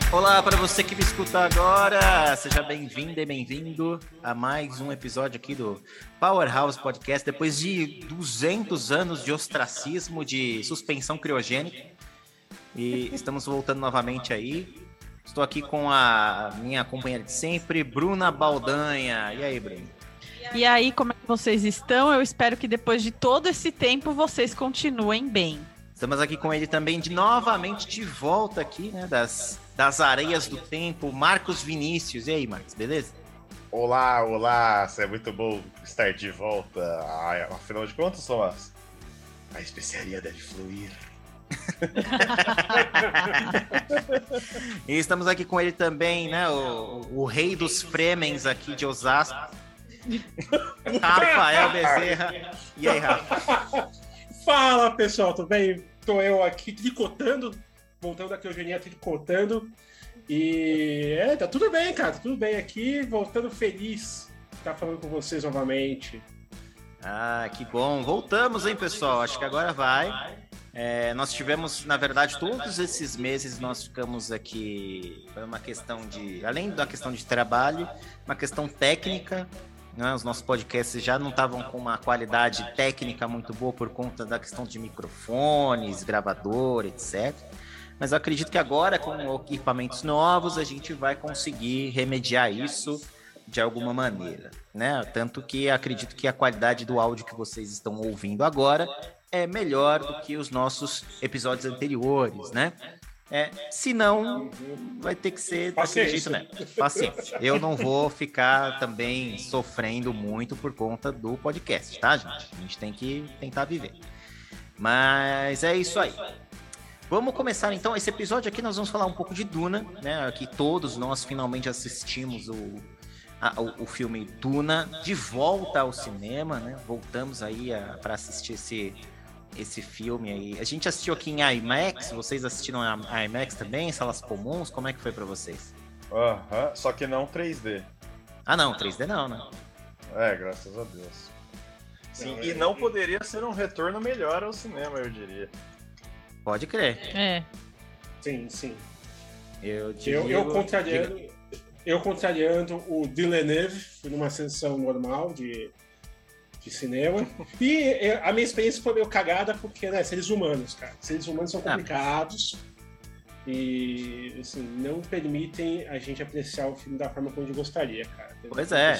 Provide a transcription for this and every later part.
Olá para você que me escuta agora, seja bem-vindo e bem-vindo a mais um episódio aqui do Powerhouse Podcast. Depois de 200 anos de ostracismo, de suspensão criogênica, e estamos voltando novamente aí. Estou aqui com a minha companheira de sempre, Bruna Baldanha. E aí, Bruna? E aí, como é que vocês estão? Eu espero que depois de todo esse tempo vocês continuem bem. Estamos aqui com ele também, novamente de volta aqui, né, das areias do tempo, Marcos Vinícius. E aí, Marcos, beleza? Olá, é muito bom estar de volta. Afinal de contas, Tomás, a especiaria deve fluir. E estamos aqui com ele também, né, o rei dos Fremens aqui de Osasco, Rafael Bezerra. E aí, Rafa? Fala, pessoal, tudo bem? Tô eu aqui tricotando, voltando da criogenia tricotando. E tá tudo bem, cara, tudo bem aqui, voltando feliz de estar falando com vocês novamente. Ah, que bom. Voltamos, hein, pessoal? Acho que agora vai. Nós tivemos, na verdade, todos esses meses nós ficamos aqui. Foi uma questão de, além da questão de trabalho, uma questão técnica. Né? Os nossos podcasts já não estavam com uma qualidade técnica muito boa por conta da questão de microfones, gravador, etc. Mas eu acredito que agora, com equipamentos novos, a gente vai conseguir remediar isso de alguma maneira, né? Tanto que acredito que a qualidade do áudio que vocês estão ouvindo agora é melhor do que os nossos episódios anteriores, né? Se não, vai ter que ser daquele jeito, né? Paciência. Eu não vou ficar também sofrendo muito por conta do podcast, tá, gente? A gente tem que tentar viver. Mas é isso aí. Vamos começar então esse episódio aqui. Nós vamos falar um pouco de Duna, né? Aqui todos nós finalmente assistimos o filme Duna de volta ao cinema, né? Voltamos aí para assistir esse filme aí. A gente assistiu aqui em IMAX. Vocês assistiram a IMAX também, salas comuns? Como é que foi para vocês? Só que não 3D. Ah, não, 3D não, né? Graças a Deus. Sim, e não poderia ser um retorno melhor ao cinema, eu diria. Pode crer. Sim. Eu contrariando o Villeneuve, fui numa sessão normal de cinema. E a minha experiência foi meio cagada porque, né, seres humanos, cara. Seres humanos são complicados e, assim, não permitem a gente apreciar o filme da forma como a gente gostaria, cara. Pois é.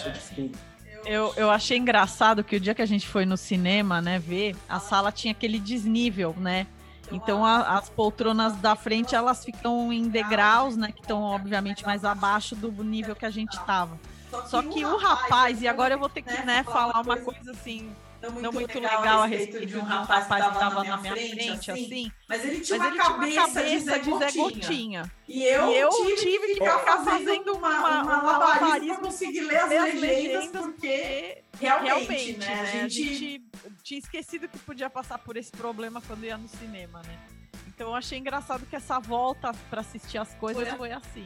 Eu achei engraçado que o dia que a gente foi no cinema, né, ver, a sala tinha aquele desnível, né? Então as poltronas da frente, elas ficam em degraus, né, que estão obviamente mais abaixo do nível que a gente estava. Só que o rapaz, e agora eu vou ter que, né, falar uma coisa assim, não muito legal a respeito de um rapaz que estava na minha frente, assim, mas ele tinha uma cabeça de Zé Gotinha. E eu tive que ficar fazendo uma malabarismo pra conseguir ler as legendas, porque realmente, né, a gente tinha esquecido que podia passar por esse problema quando ia no cinema, né? Então eu achei engraçado que essa volta pra assistir as coisas foi assim.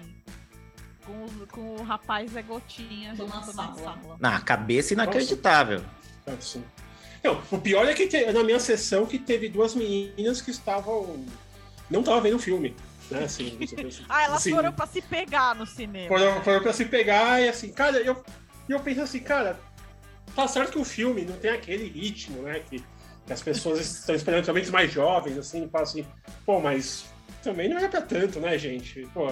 Com o rapaz Zé Gotinha na sala. Na cabeça inacreditável. Assim. Não, o pior é que na minha sessão que teve duas meninas que não estavam vendo o filme. Né? Assim, elas foram pra se pegar no cinema. Foram pra se pegar e assim, cara, eu penso assim, cara, tá certo que o filme não tem aquele ritmo, né? Que as pessoas estão esperando também os mais jovens, assim, falam assim, pô, mas também não é pra tanto, né, gente? Pô.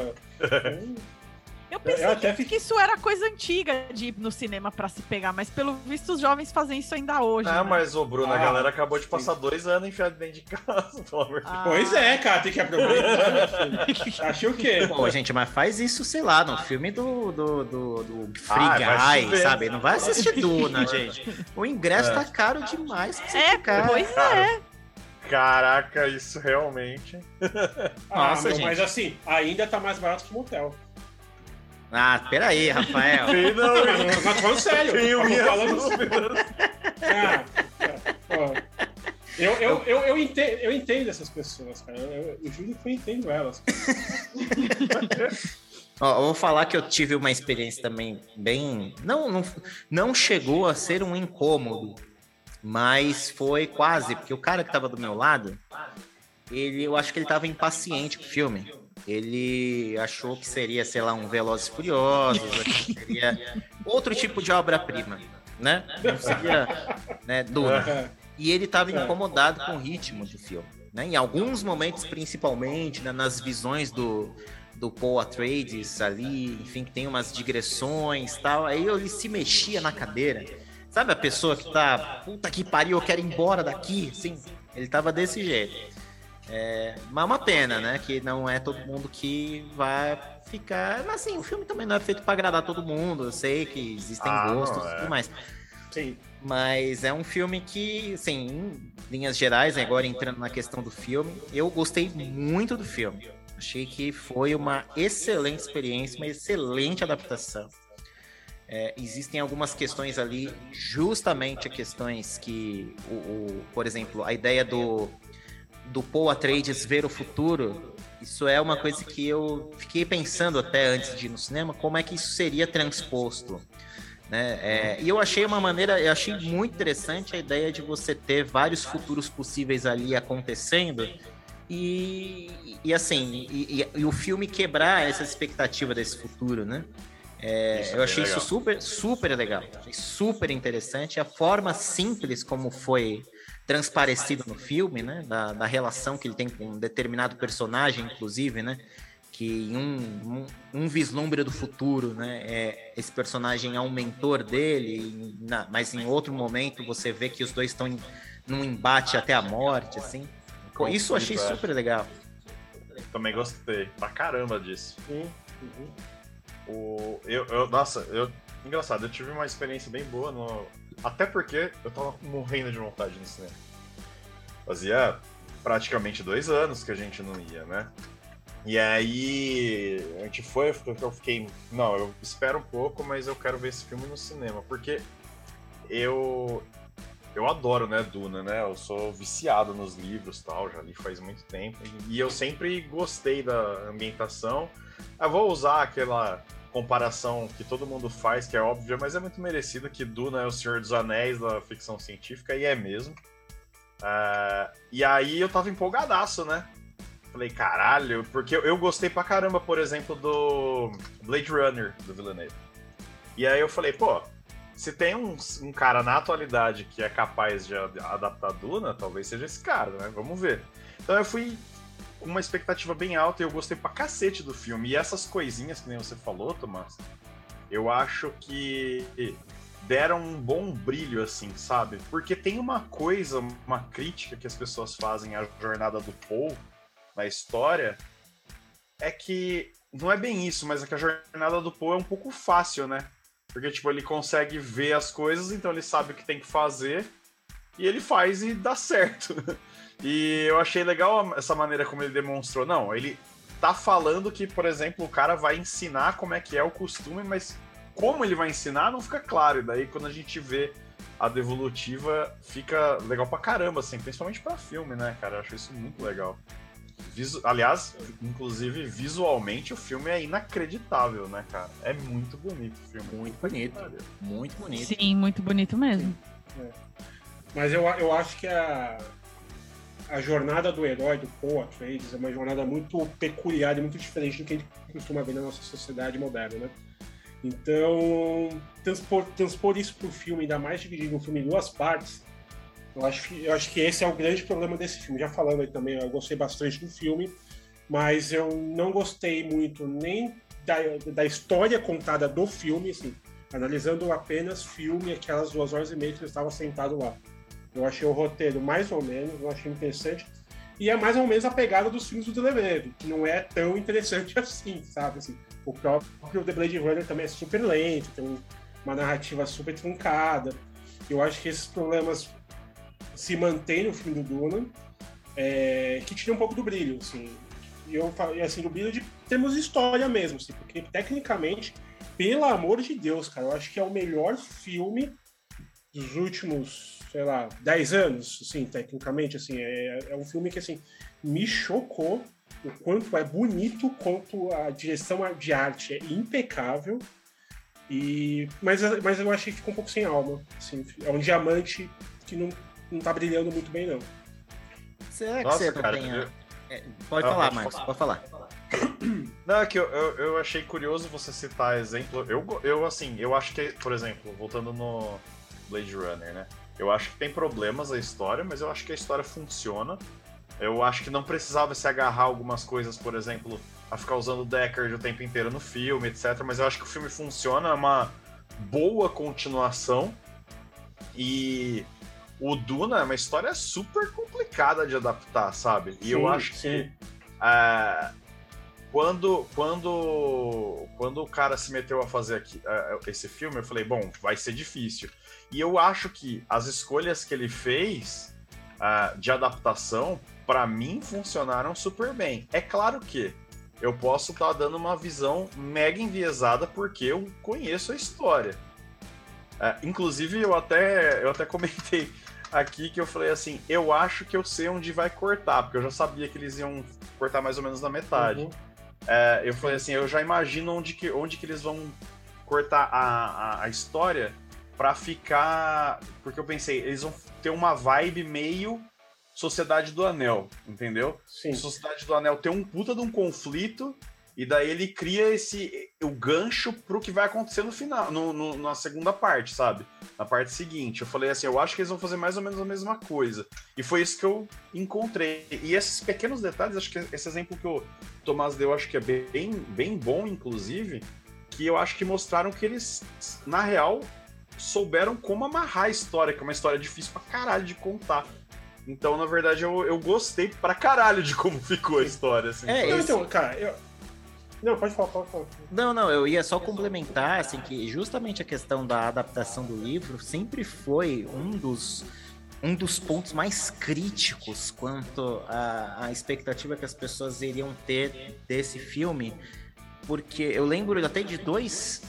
Eu pensei que isso era coisa antiga de ir no cinema pra se pegar, mas pelo visto os jovens fazem isso ainda hoje. Não, né? mas, Bruno, a galera acabou de passar 2 anos enfiado dentro de casa, pelo amor de Deus. Pois é, cara, tem que aproveitar. Acha o quê? Pô, gente, mas faz isso, sei lá, no filme do Free Guy, sabe? Não vai assistir Duna, gente. O ingresso tá caro demais pra você ficar. Pois é. Caraca, isso realmente. Nossa, gente. Mas assim, ainda tá mais barato que motel. Ah, peraí, Rafael. Mas falando sério. Eu entendo essas pessoas, cara. Eu juro que eu entendo elas. Ó, eu vou falar que eu tive uma experiência também bem... Não chegou a ser um incômodo, mas foi quase, porque o cara que tava do meu lado, eu acho que ele tava impaciente com o filme. ele achou que seria, sei lá, um Velozes e Furiosos, que seria outro tipo de obra-prima, né? Não seria, né, Duna. E ele estava incomodado com o ritmo do filme, né? Em alguns momentos, principalmente, né, nas visões do Paul Atreides ali, enfim, que tem umas digressões e tal, aí ele se mexia na cadeira. Sabe a pessoa que tá, puta que pariu, eu quero ir embora daqui, assim? Ele tava desse jeito. Mas é uma pena, né? Que não é todo mundo que vai ficar... Mas assim, o filme também não é feito pra agradar todo mundo. Eu sei que existem gostos e tudo mais. Sim. Mas é um filme que, assim, em linhas gerais, agora entrando na questão do filme, eu gostei muito do filme. Achei que foi uma excelente experiência, uma excelente adaptação. Existem algumas questões ali, justamente questões que, por exemplo, a ideia do Paul Atreides ver o futuro, isso é uma coisa que eu fiquei pensando até antes de ir no cinema, como é que isso seria transposto, né? E eu achei eu achei muito interessante a ideia de você ter vários futuros possíveis ali acontecendo e o filme quebrar essa expectativa desse futuro, né? Eu achei isso super, super legal, achei super interessante. A forma simples como foi transparecido no filme, né? Da relação que ele tem com um determinado personagem, inclusive, né? Que em um vislumbre do futuro, né? Esse personagem é um mentor dele, mas em outro momento você vê que os dois estão num embate até a morte, assim. Isso eu achei super legal. Também gostei pra caramba disso. Engraçado, eu tive uma experiência bem boa, até porque eu tava morrendo de vontade no cinema. Fazia praticamente 2 anos que a gente não ia, né? E aí a gente foi, eu fiquei, não, eu espero um pouco, mas eu quero ver esse filme no cinema, porque eu adoro, né, Duna, né? Eu sou viciado nos livros e tal, já li faz muito tempo, e eu sempre gostei da ambientação. Eu vou usar aquela comparação que todo mundo faz, que é óbvia, mas é muito merecido, que Duna é o Senhor dos Anéis da ficção científica, e é mesmo. E aí eu tava empolgadaço, né? Falei, caralho, porque eu gostei pra caramba, por exemplo, do Blade Runner, do Villeneuve. E aí eu falei, pô, se tem um cara na atualidade que é capaz de adaptar Duna, talvez seja esse cara, né? Vamos ver. Então eu fui com uma expectativa bem alta e eu gostei pra cacete do filme. E essas coisinhas que nem você falou, Tomás, eu acho que deram um bom brilho, assim, sabe? Porque tem uma crítica que as pessoas fazem à jornada do Paul na história, é que não é bem isso, mas é que a jornada do Paul é um pouco fácil, né? Porque, tipo, ele consegue ver as coisas, então ele sabe o que tem que fazer, e ele faz e dá certo. E eu achei legal essa maneira como ele demonstrou. Não, ele tá falando que, por exemplo, o cara vai ensinar como é que é o costume, mas como ele vai ensinar não fica claro. E daí, quando a gente vê a devolutiva, fica legal pra caramba, assim, principalmente pra filme, né, cara? Eu acho isso muito legal. Aliás, inclusive, visualmente, o filme é inacreditável, né, cara? É muito bonito o filme. Muito bonito. Muito bonito. Sim, muito bonito mesmo. Mas eu acho que a jornada do herói, do Paul Atreides, é uma jornada muito peculiar e muito diferente do que a gente costuma ver na nossa sociedade moderna, né? Então, transpor isso pro filme, ainda mais dividir um filme em 2 partes, eu acho que esse é o grande problema desse filme. Já falando aí também, eu gostei bastante do filme, mas eu não gostei muito nem da história contada do filme, assim, analisando apenas filme, aquelas 2 horas e meia que eu estava sentado lá. Eu achei o roteiro mais ou menos, eu achei interessante, e é mais ou menos a pegada dos filmes do Villeneuve, que não é tão interessante assim, sabe? Assim, o próprio The Blade Runner também é super lento, tem uma narrativa super truncada. Eu acho que esses problemas se mantêm no filme do Duna, que tira um pouco do brilho, assim. E assim, do brilho de termos história mesmo, assim, porque tecnicamente, pelo amor de Deus, cara, eu acho que é o melhor filme dos últimos, sei lá, 10 anos, assim, tecnicamente, assim, é um filme que, assim, me chocou o quanto é bonito, quanto a direção de arte é impecável, mas eu achei que ficou um pouco sem alma, assim, é um diamante que não tá brilhando muito bem, não. Será que você tem... Pode falar, Marcos, pode falar. Não, é que eu achei curioso você citar exemplo. Eu acho que, por exemplo, voltando no Blade Runner, né? Eu acho que tem problemas a história, mas eu acho que a história funciona. Eu acho que não precisava se agarrar algumas coisas, por exemplo, a ficar usando o Deckard o tempo inteiro no filme, etc. Mas eu acho que o filme funciona, é uma boa continuação. E o Duna é uma história super complicada de adaptar, sabe? E eu acho que quando o cara se meteu a fazer esse filme, eu falei, bom, vai ser difícil. E eu acho que as escolhas que ele fez de adaptação, pra mim, funcionaram super bem. É claro que eu posso estar dando uma visão mega enviesada porque eu conheço a história. Inclusive, eu até comentei aqui que eu falei assim, eu acho que eu sei onde vai cortar, porque eu já sabia que eles iam cortar mais ou menos na metade. Eu falei assim, eu já imagino onde que eles vão cortar a história pra ficar... Porque eu pensei, eles vão ter uma vibe meio Sociedade do Anel, entendeu? Sim. Sociedade do Anel tem um puta de um conflito, e daí ele cria o gancho pro que vai acontecer no final, na segunda parte, sabe? Na parte seguinte. Eu falei assim, eu acho que eles vão fazer mais ou menos a mesma coisa. E foi isso que eu encontrei. E esses pequenos detalhes, acho que esse exemplo que o Tomás deu, acho que é bem, bem bom, inclusive, que eu acho que mostraram que eles, na real, souberam como amarrar a história, que é uma história difícil pra caralho de contar. Então, na verdade, eu gostei pra caralho de como ficou a história. Assim, Então, cara, Não, pode falar. Não, eu ia só complementar, assim, que justamente a questão da adaptação do livro sempre foi um dos pontos mais críticos quanto à expectativa que as pessoas iriam ter desse filme, porque eu lembro até de dois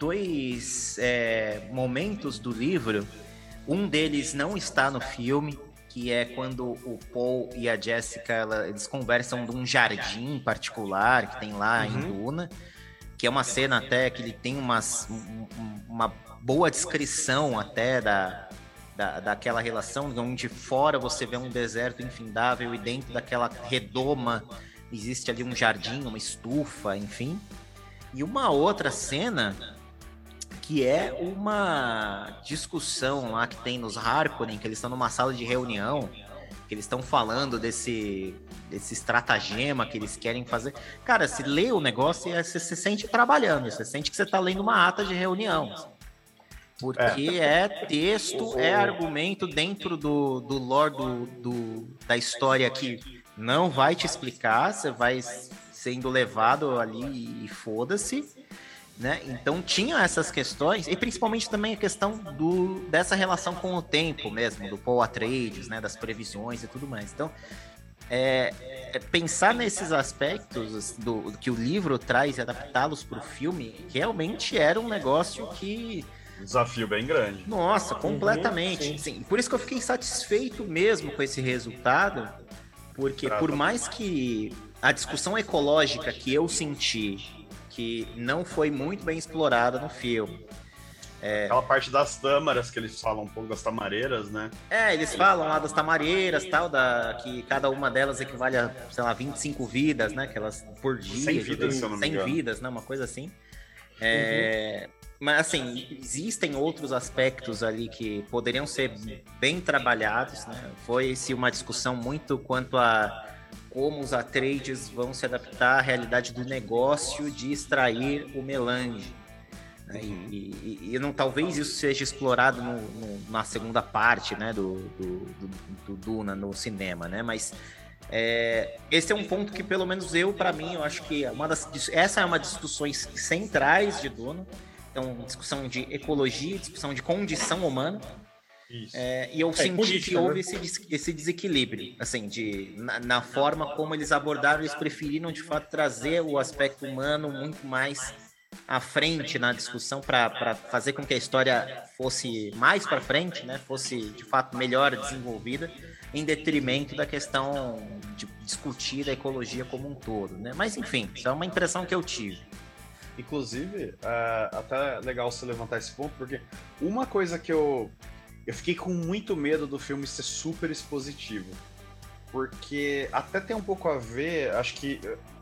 momentos do livro, um deles não está no filme, que é quando o Paul e a Jessica, eles conversam de um jardim particular que tem lá em Duna, que é uma cena até que ele tem uma boa descrição até daquela relação, onde fora você vê um deserto infindável e dentro daquela redoma existe ali um jardim, uma estufa, enfim. E uma outra cena que é uma discussão lá que tem nos Harkonnen, que eles estão numa sala de reunião, que eles estão falando desse estratagema que eles querem fazer. Cara, se lê o negócio, você se sente trabalhando, você sente que você está lendo uma ata de reunião. Porque é texto, é argumento dentro do lore da história que não vai te explicar, você vai sendo levado ali e foda-se. Né? Então tinha essas questões, e principalmente também a questão dessa relação com o tempo mesmo, do Paul Atreides, né? Das previsões e tudo mais. Então, pensar nesses aspectos que o livro traz e adaptá-los para o filme, realmente era um negócio que... Desafio bem grande. Nossa, completamente. Sim. Por isso que eu fiquei satisfeito mesmo com esse resultado, porque por mais que a discussão ecológica que eu senti que não foi muito bem explorada no filme. Aquela parte das tâmaras, que eles falam um pouco das tamareiras, né? Eles falam lá das tamareiras, tal, que cada uma delas equivale a, sei lá, 25 vidas, né? Que elas por dia. 100 vidas, se eu não me engano. 100 vidas, né? Uma coisa assim. Mas, assim, existem outros aspectos ali que poderiam ser bem trabalhados, né? Foi-se uma discussão muito quanto a como os Atreides vão se adaptar à realidade do negócio de extrair o melange. Né? E não, talvez isso seja explorado na segunda parte, né, do Duna no cinema, né? Mas esse é um ponto que, pelo menos para mim, eu acho que essa é uma das discussões centrais de Duna. Então, discussão de ecologia, discussão de condição humana. E eu senti política, que houve esse desequilíbrio, assim, na forma como eles abordaram. Eles preferiram, de fato, trazer o aspecto humano muito mais à frente na discussão para fazer com que a história fosse mais para frente, né? Fosse, de fato, melhor desenvolvida, em detrimento da questão de discutir a ecologia como um todo, né? Mas, enfim, isso é uma impressão que eu tive. Inclusive, até legal você levantar esse ponto, porque uma coisa que eu fiquei com muito medo do filme ser super expositivo. Porque até tem um pouco a ver, acho que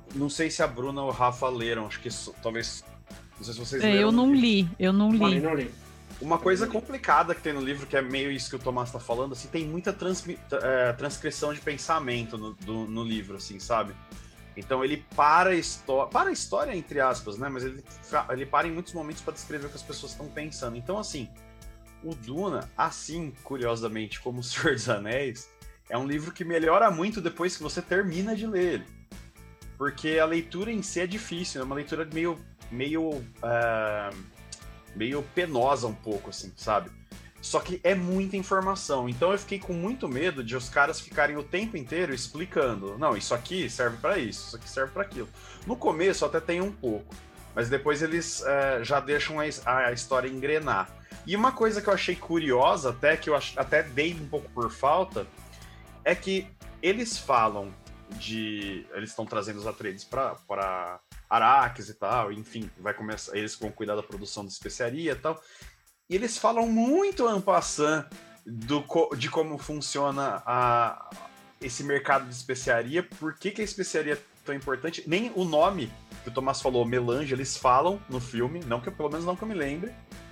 não sei se a Bruna ou o Rafa leram, acho que talvez... Não sei se vocês leram. Eu não li. Não li. Uma coisa complicada que tem no livro, que é meio isso que o Tomás tá falando, assim, tem muita transcrição de pensamento no livro, assim, sabe? Então ele para a história, entre aspas, né? Mas ele para em muitos momentos para descrever o que as pessoas estão pensando. Então, assim, o Duna, assim, curiosamente, como o Senhor dos Anéis, é um livro que melhora muito depois que você termina de ler ele. Porque a leitura em si é difícil, é uma leitura meio penosa um pouco, assim, sabe? Só que é muita informação. Então eu fiquei com muito medo de os caras ficarem o tempo inteiro explicando. Não, isso aqui serve pra isso aqui serve pra aquilo. No começo até tem um pouco, mas depois eles já deixam a história engrenar. E uma coisa que eu achei curiosa, até que eu até dei um pouco por falta, é que eles falam eles estão trazendo os Atreides para Arrakis e tal, enfim, eles vão cuidar da produção de especiaria e tal. E eles falam muito en passant de como funciona esse mercado de especiaria, por que a especiaria é tão importante. Nem o nome que o Tomás falou, melange, eles falam no filme, pelo menos não que eu me lembre.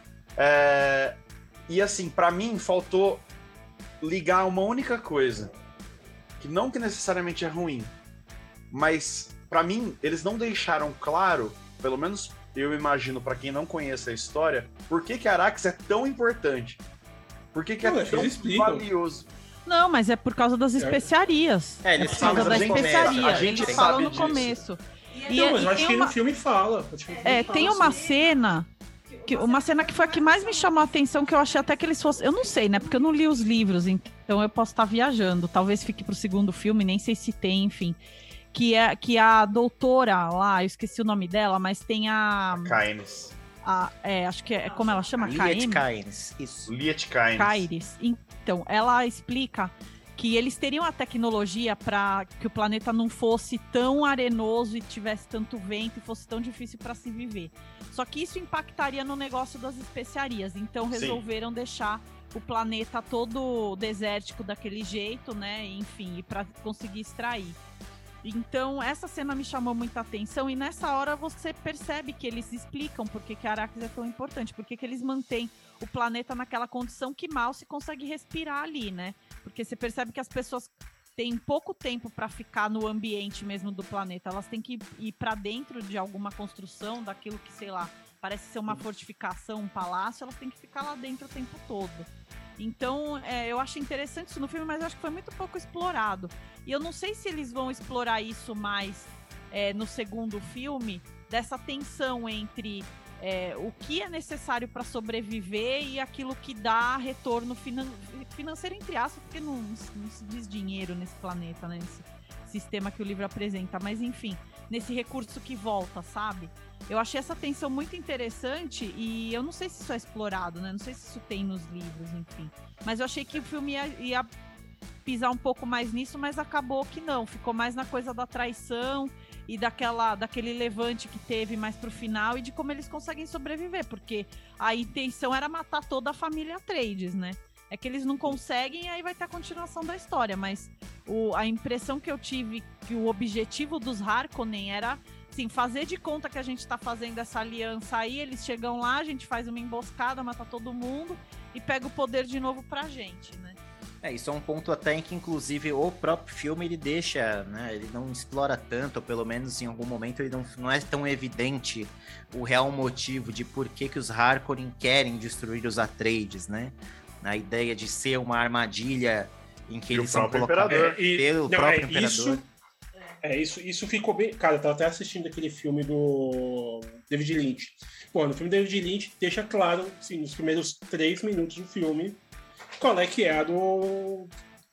E assim, pra mim, faltou ligar uma única coisa, que necessariamente é ruim, mas pra mim, eles não deixaram claro, pelo menos eu imagino, pra quem não conhece a história, por que Arrakis é tão importante. Por que é tão valioso. Não, mas é por causa das especiarias. Eles por causa da especiaria. A gente eles falam no disso. Começo. Mas eu acho que no filme fala. Tem uma cena... Uma cena que foi a que mais me chamou a atenção, que eu achei até que eles fossem... Eu não sei, né? Porque eu não li os livros, então eu posso estar viajando. Talvez fique pro segundo filme, nem sei se tem, enfim. Que a doutora lá, eu esqueci o nome dela, mas tem a... Kynes. Acho que é como ela chama? Liet Kynes, isso. Liet Kynes. Então, ela explica que eles teriam a tecnologia para que o planeta não fosse tão arenoso e tivesse tanto vento e fosse tão difícil para se viver. Só que isso impactaria no negócio das especiarias, então resolveram deixar o planeta todo desértico daquele jeito, né? Enfim, para conseguir extrair. Então, essa cena me chamou muita atenção e nessa hora você percebe que eles explicam por que Arrakis é tão importante, por que eles mantêm o planeta naquela condição que mal se consegue respirar ali, né? Porque você percebe que as pessoas têm pouco tempo para ficar no ambiente mesmo do planeta, elas têm que ir para dentro de alguma construção, daquilo que, sei lá, parece ser uma fortificação, um palácio, elas têm que ficar lá dentro o tempo todo. Então, eu acho interessante isso no filme, mas eu acho que foi muito pouco explorado. E eu não sei se eles vão explorar isso mais no segundo filme, dessa tensão entre o que é necessário para sobreviver e aquilo que dá retorno financeiro, entre aspas, porque não se diz dinheiro nesse planeta, né? Nesse sistema que o livro apresenta. Mas, enfim, nesse recurso que volta, sabe? Eu achei essa tensão muito interessante e eu não sei se isso é explorado, né? Não sei se isso tem nos livros, enfim. Mas eu achei que o filme ia pisar um pouco mais nisso, mas acabou que não. Ficou mais na coisa da traição e daquele levante que teve mais pro final e de como eles conseguem sobreviver, porque a intenção era matar toda a família Atreides, né? É que eles não conseguem e aí vai ter a continuação da história, mas a impressão que eu tive que o objetivo dos Harkonnen era assim, fazer de conta que a gente tá fazendo essa aliança aí, eles chegam lá, a gente faz uma emboscada, mata todo mundo e pega o poder de novo pra gente, né? Isso é um ponto até em que, inclusive, o próprio filme ele deixa, né? Ele não explora tanto, ou pelo menos em algum momento ele não é tão evidente o real motivo de por que os Harkonnen querem destruir os Atreides, né? A ideia de ser uma armadilha em que eles são colocados pelo próprio imperador. Isso ficou bem... Cara, eu tava até assistindo aquele filme do David Lynch. Pô, no filme do David Lynch deixa claro, assim, nos primeiros 3 minutos do filme, qual é que é do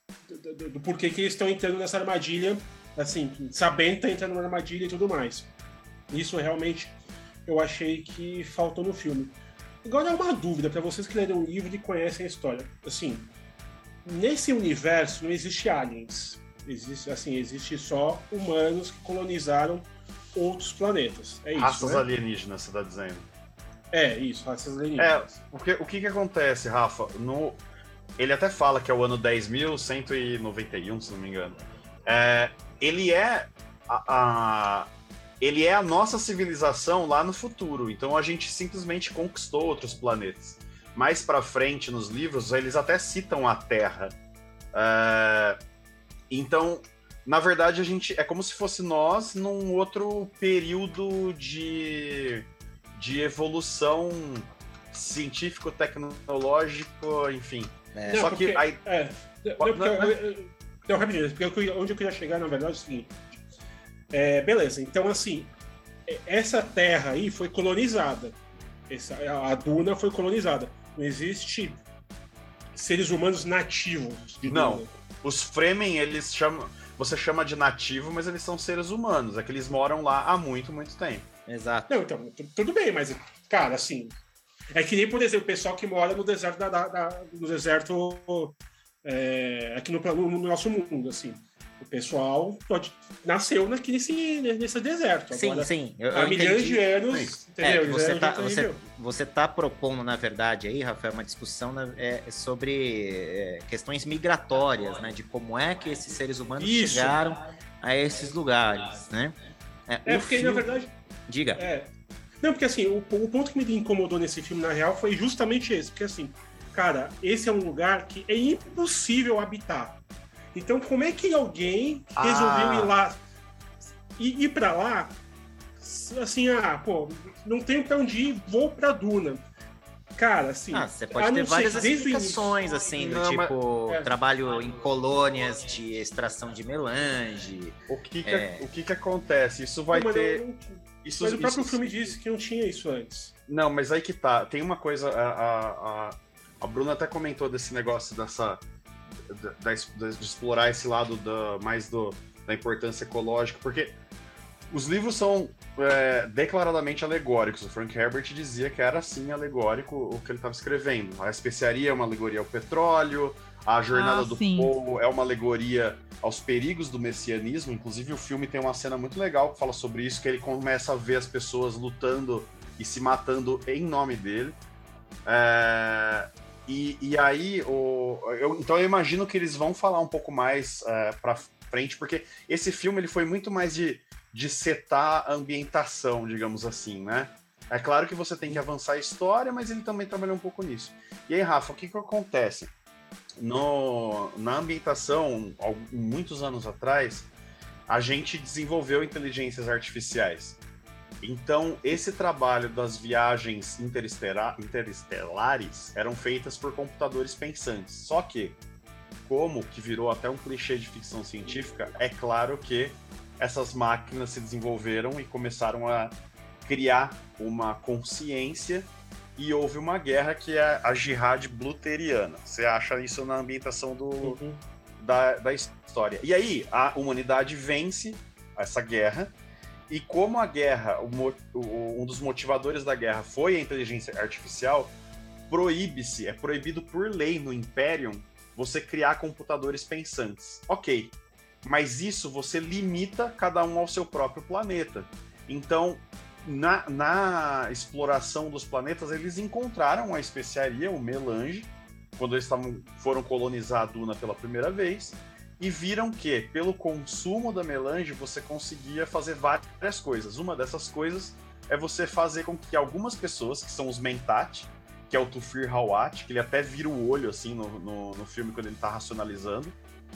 porquê que eles estão entrando nessa armadilha, assim, sabendo que tá entrando na armadilha e tudo mais. Isso realmente eu achei que faltou no filme. Agora é uma dúvida para vocês que leram o livro e conhecem a história. Assim, nesse universo não existe aliens. Existe só humanos que colonizaram outros planetas. É isso, raças né? alienígenas, você tá dizendo. Isso, raças alienígenas. Porque o que acontece, Rafa? Ele até fala que é o ano 10.191, se não me engano. Ele é ele é a nossa civilização lá no futuro, então a gente simplesmente conquistou outros planetas. Mais pra frente nos livros, eles até citam a Terra. Então, na verdade, a gente é como se fosse nós num outro período de evolução científico-tecnológico, enfim. Não, Só porque, que aí... rapidinho, porque onde eu queria chegar, na verdade, é o seguinte. Beleza, então assim, essa terra aí foi colonizada. A Duna foi colonizada. Não existe seres humanos nativos de Duna. Não, os Fremen, eles chamam... Você chama de nativo, mas eles são seres humanos. É que eles moram lá há muito, muito tempo. Exato. Não, então, tudo bem, mas, cara, assim... É que nem, por exemplo, o pessoal que mora no deserto no deserto aqui no nosso mundo, assim. O pessoal nasceu nesse deserto. Agora, sim. Há milhões de anos, entendeu? Você tá propondo, na verdade, aí, Rafael, uma discussão sobre questões migratórias, né? De como é que esses seres humanos chegaram a esses lugares, né? Porque, na verdade... Diga. Não, porque assim, o ponto que me incomodou nesse filme, na real, foi justamente esse. Porque assim, cara, esse é um lugar que é impossível habitar. Então, como é que alguém resolveu ir lá? Ir pra lá, assim, não tenho pra onde ir, vou pra Duna. Cara, assim... você pode ter várias explicações, assim, do trabalho em colônias de extração de melange. O que acontece? Isso vai ter... Mas o próprio filme disse que não tinha isso antes. Não, mas aí que tá. Tem uma coisa... A Bruna até comentou desse negócio de explorar esse lado da importância ecológica, porque os livros são declaradamente alegóricos. O Frank Herbert dizia que era, sim, alegórico o que ele estava escrevendo. A especiaria é uma alegoria ao petróleo, a jornada do povo é uma alegoria aos perigos do messianismo. Inclusive, o filme tem uma cena muito legal que fala sobre isso, que ele começa a ver as pessoas lutando e se matando em nome dele. E aí, então eu imagino que eles vão falar um pouco mais pra frente, porque esse filme ele foi muito mais de setar a ambientação, digamos assim, né? É claro que você tem que avançar a história, mas ele também trabalhou um pouco nisso. E aí, Rafa, o que acontece? Na ambientação, muitos anos atrás, a gente desenvolveu inteligências artificiais. Então, esse trabalho das viagens interestelares eram feitas por computadores pensantes. Só que, como que virou até um clichê de ficção científica, é claro que essas máquinas se desenvolveram e começaram a criar uma consciência, e houve uma guerra que é a Jihad Bluteriana. Você acha isso na ambientação da história. E aí, a humanidade vence essa guerra, e como a guerra, um dos motivadores da guerra foi a inteligência artificial, é proibido por lei no Imperium você criar computadores pensantes. Ok, mas isso você limita cada um ao seu próprio planeta. Então, na exploração dos planetas, eles encontraram a especiaria, o melange, quando eles foram colonizar a Duna pela primeira vez, e viram que, pelo consumo da melange, você conseguia fazer várias coisas. Uma dessas coisas é você fazer com que algumas pessoas, que são os Mentat, que é o Tufir Hawat, que ele até vira o olho, assim, no filme, quando ele tá racionalizando,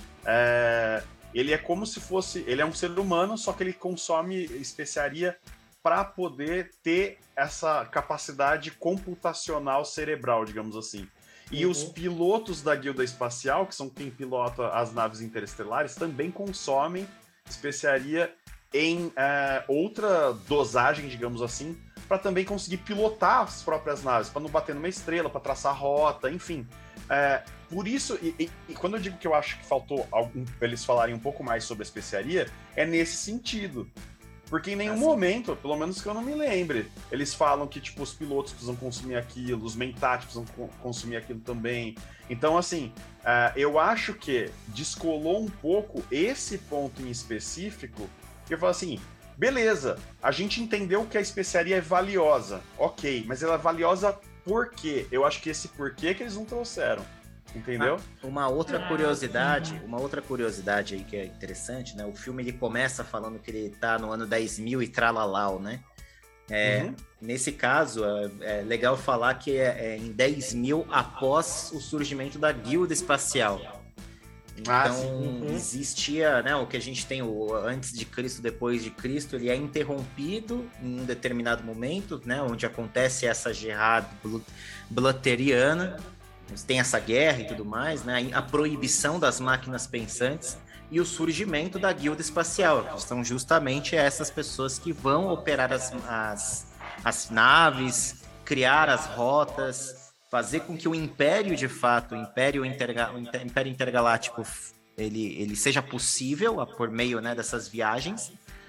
ele é como se fosse... Ele é um ser humano, só que ele consome especiaria para poder ter essa capacidade computacional cerebral, digamos assim. E os pilotos da guilda espacial, que são quem pilota as naves interestelares, também consomem especiaria em outra dosagem, digamos assim, para também conseguir pilotar as próprias naves, para não bater numa estrela, para traçar rota, enfim. Por isso, e quando eu digo que eu acho que faltou eles falarem um pouco mais sobre a especiaria, é nesse sentido. Porque em nenhum momento, pelo menos que eu não me lembre, eles falam que, tipo, os pilotos precisam consumir aquilo, os Mentat precisam consumir aquilo também. Então, assim, eu acho que descolou um pouco esse ponto em específico, que eu falo assim, beleza, a gente entendeu que a especiaria é valiosa, ok, mas ela é valiosa por quê? Eu acho que esse porquê que eles não trouxeram. Entendeu? Uma outra curiosidade aí que é interessante, né? O filme ele começa falando que ele tá no ano 10.000 e tralalau, né? Nesse caso, é legal falar que é em 10.000 após o surgimento da Guilda Espacial. Então, existia, né, o que a gente tem, o antes de Cristo, depois de Cristo, ele é interrompido em um determinado momento, né, onde acontece essa Jihad Bluteriana, tem essa guerra e tudo mais, né, a proibição das máquinas pensantes e o surgimento da Guilda Espacial, que são justamente essas pessoas que vão operar as naves, criar as rotas, fazer com que o Império, de fato, o Império Intergaláctico, ele seja possível por meio, né, dessas viagens.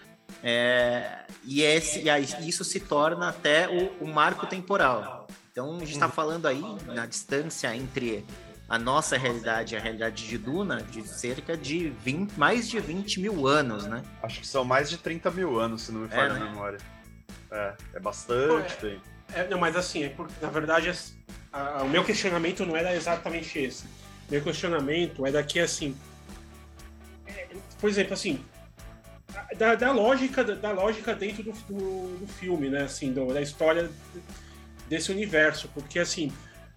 E isso se torna até o marco temporal. Então, a gente está falando aí, na distância entre a nossa realidade e a realidade de Duna, de cerca de mais de 20 mil anos, né? Acho que são mais de 30 mil anos, se não me falha a memória. É bastante tempo. Não, mas assim, na verdade, o meu questionamento não era exatamente esse. Meu questionamento é daqui assim. Por exemplo, assim, da lógica dentro do filme, né? Assim, da história desse universo, porque assim.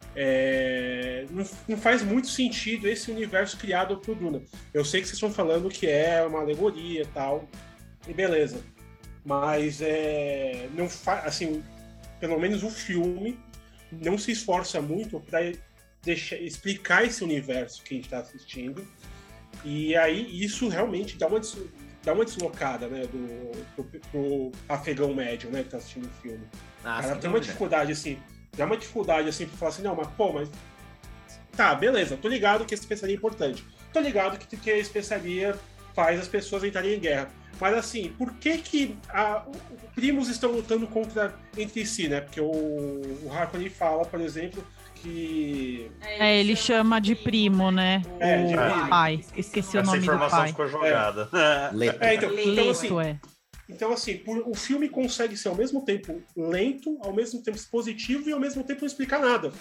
Não faz muito sentido esse universo criado por Duna. Eu sei que vocês estão falando que é uma alegoria e tal, e beleza. Mas não faz, assim, pelo menos o filme não se esforça muito para explicar esse universo que a gente está assistindo. E aí isso realmente dá uma deslocada, né, do afegão médio, né, que está assistindo o filme. Cara, tem uma dificuldade assim. Dá uma dificuldade assim pra falar assim, não, mas tá, beleza, tô ligado que a especiaria é importante. Tô ligado que a especiaria faz as pessoas entrarem em guerra. Mas assim, por que primos estão lutando entre si, né? Porque o Harkonnen fala, por exemplo, que... ele chama de primo, né? O pai. Esqueci o nome do pai. Essa informação ficou jogada. Então assim... Então, assim, o filme consegue ser ao mesmo tempo lento, ao mesmo tempo expositivo e ao mesmo tempo não explicar nada.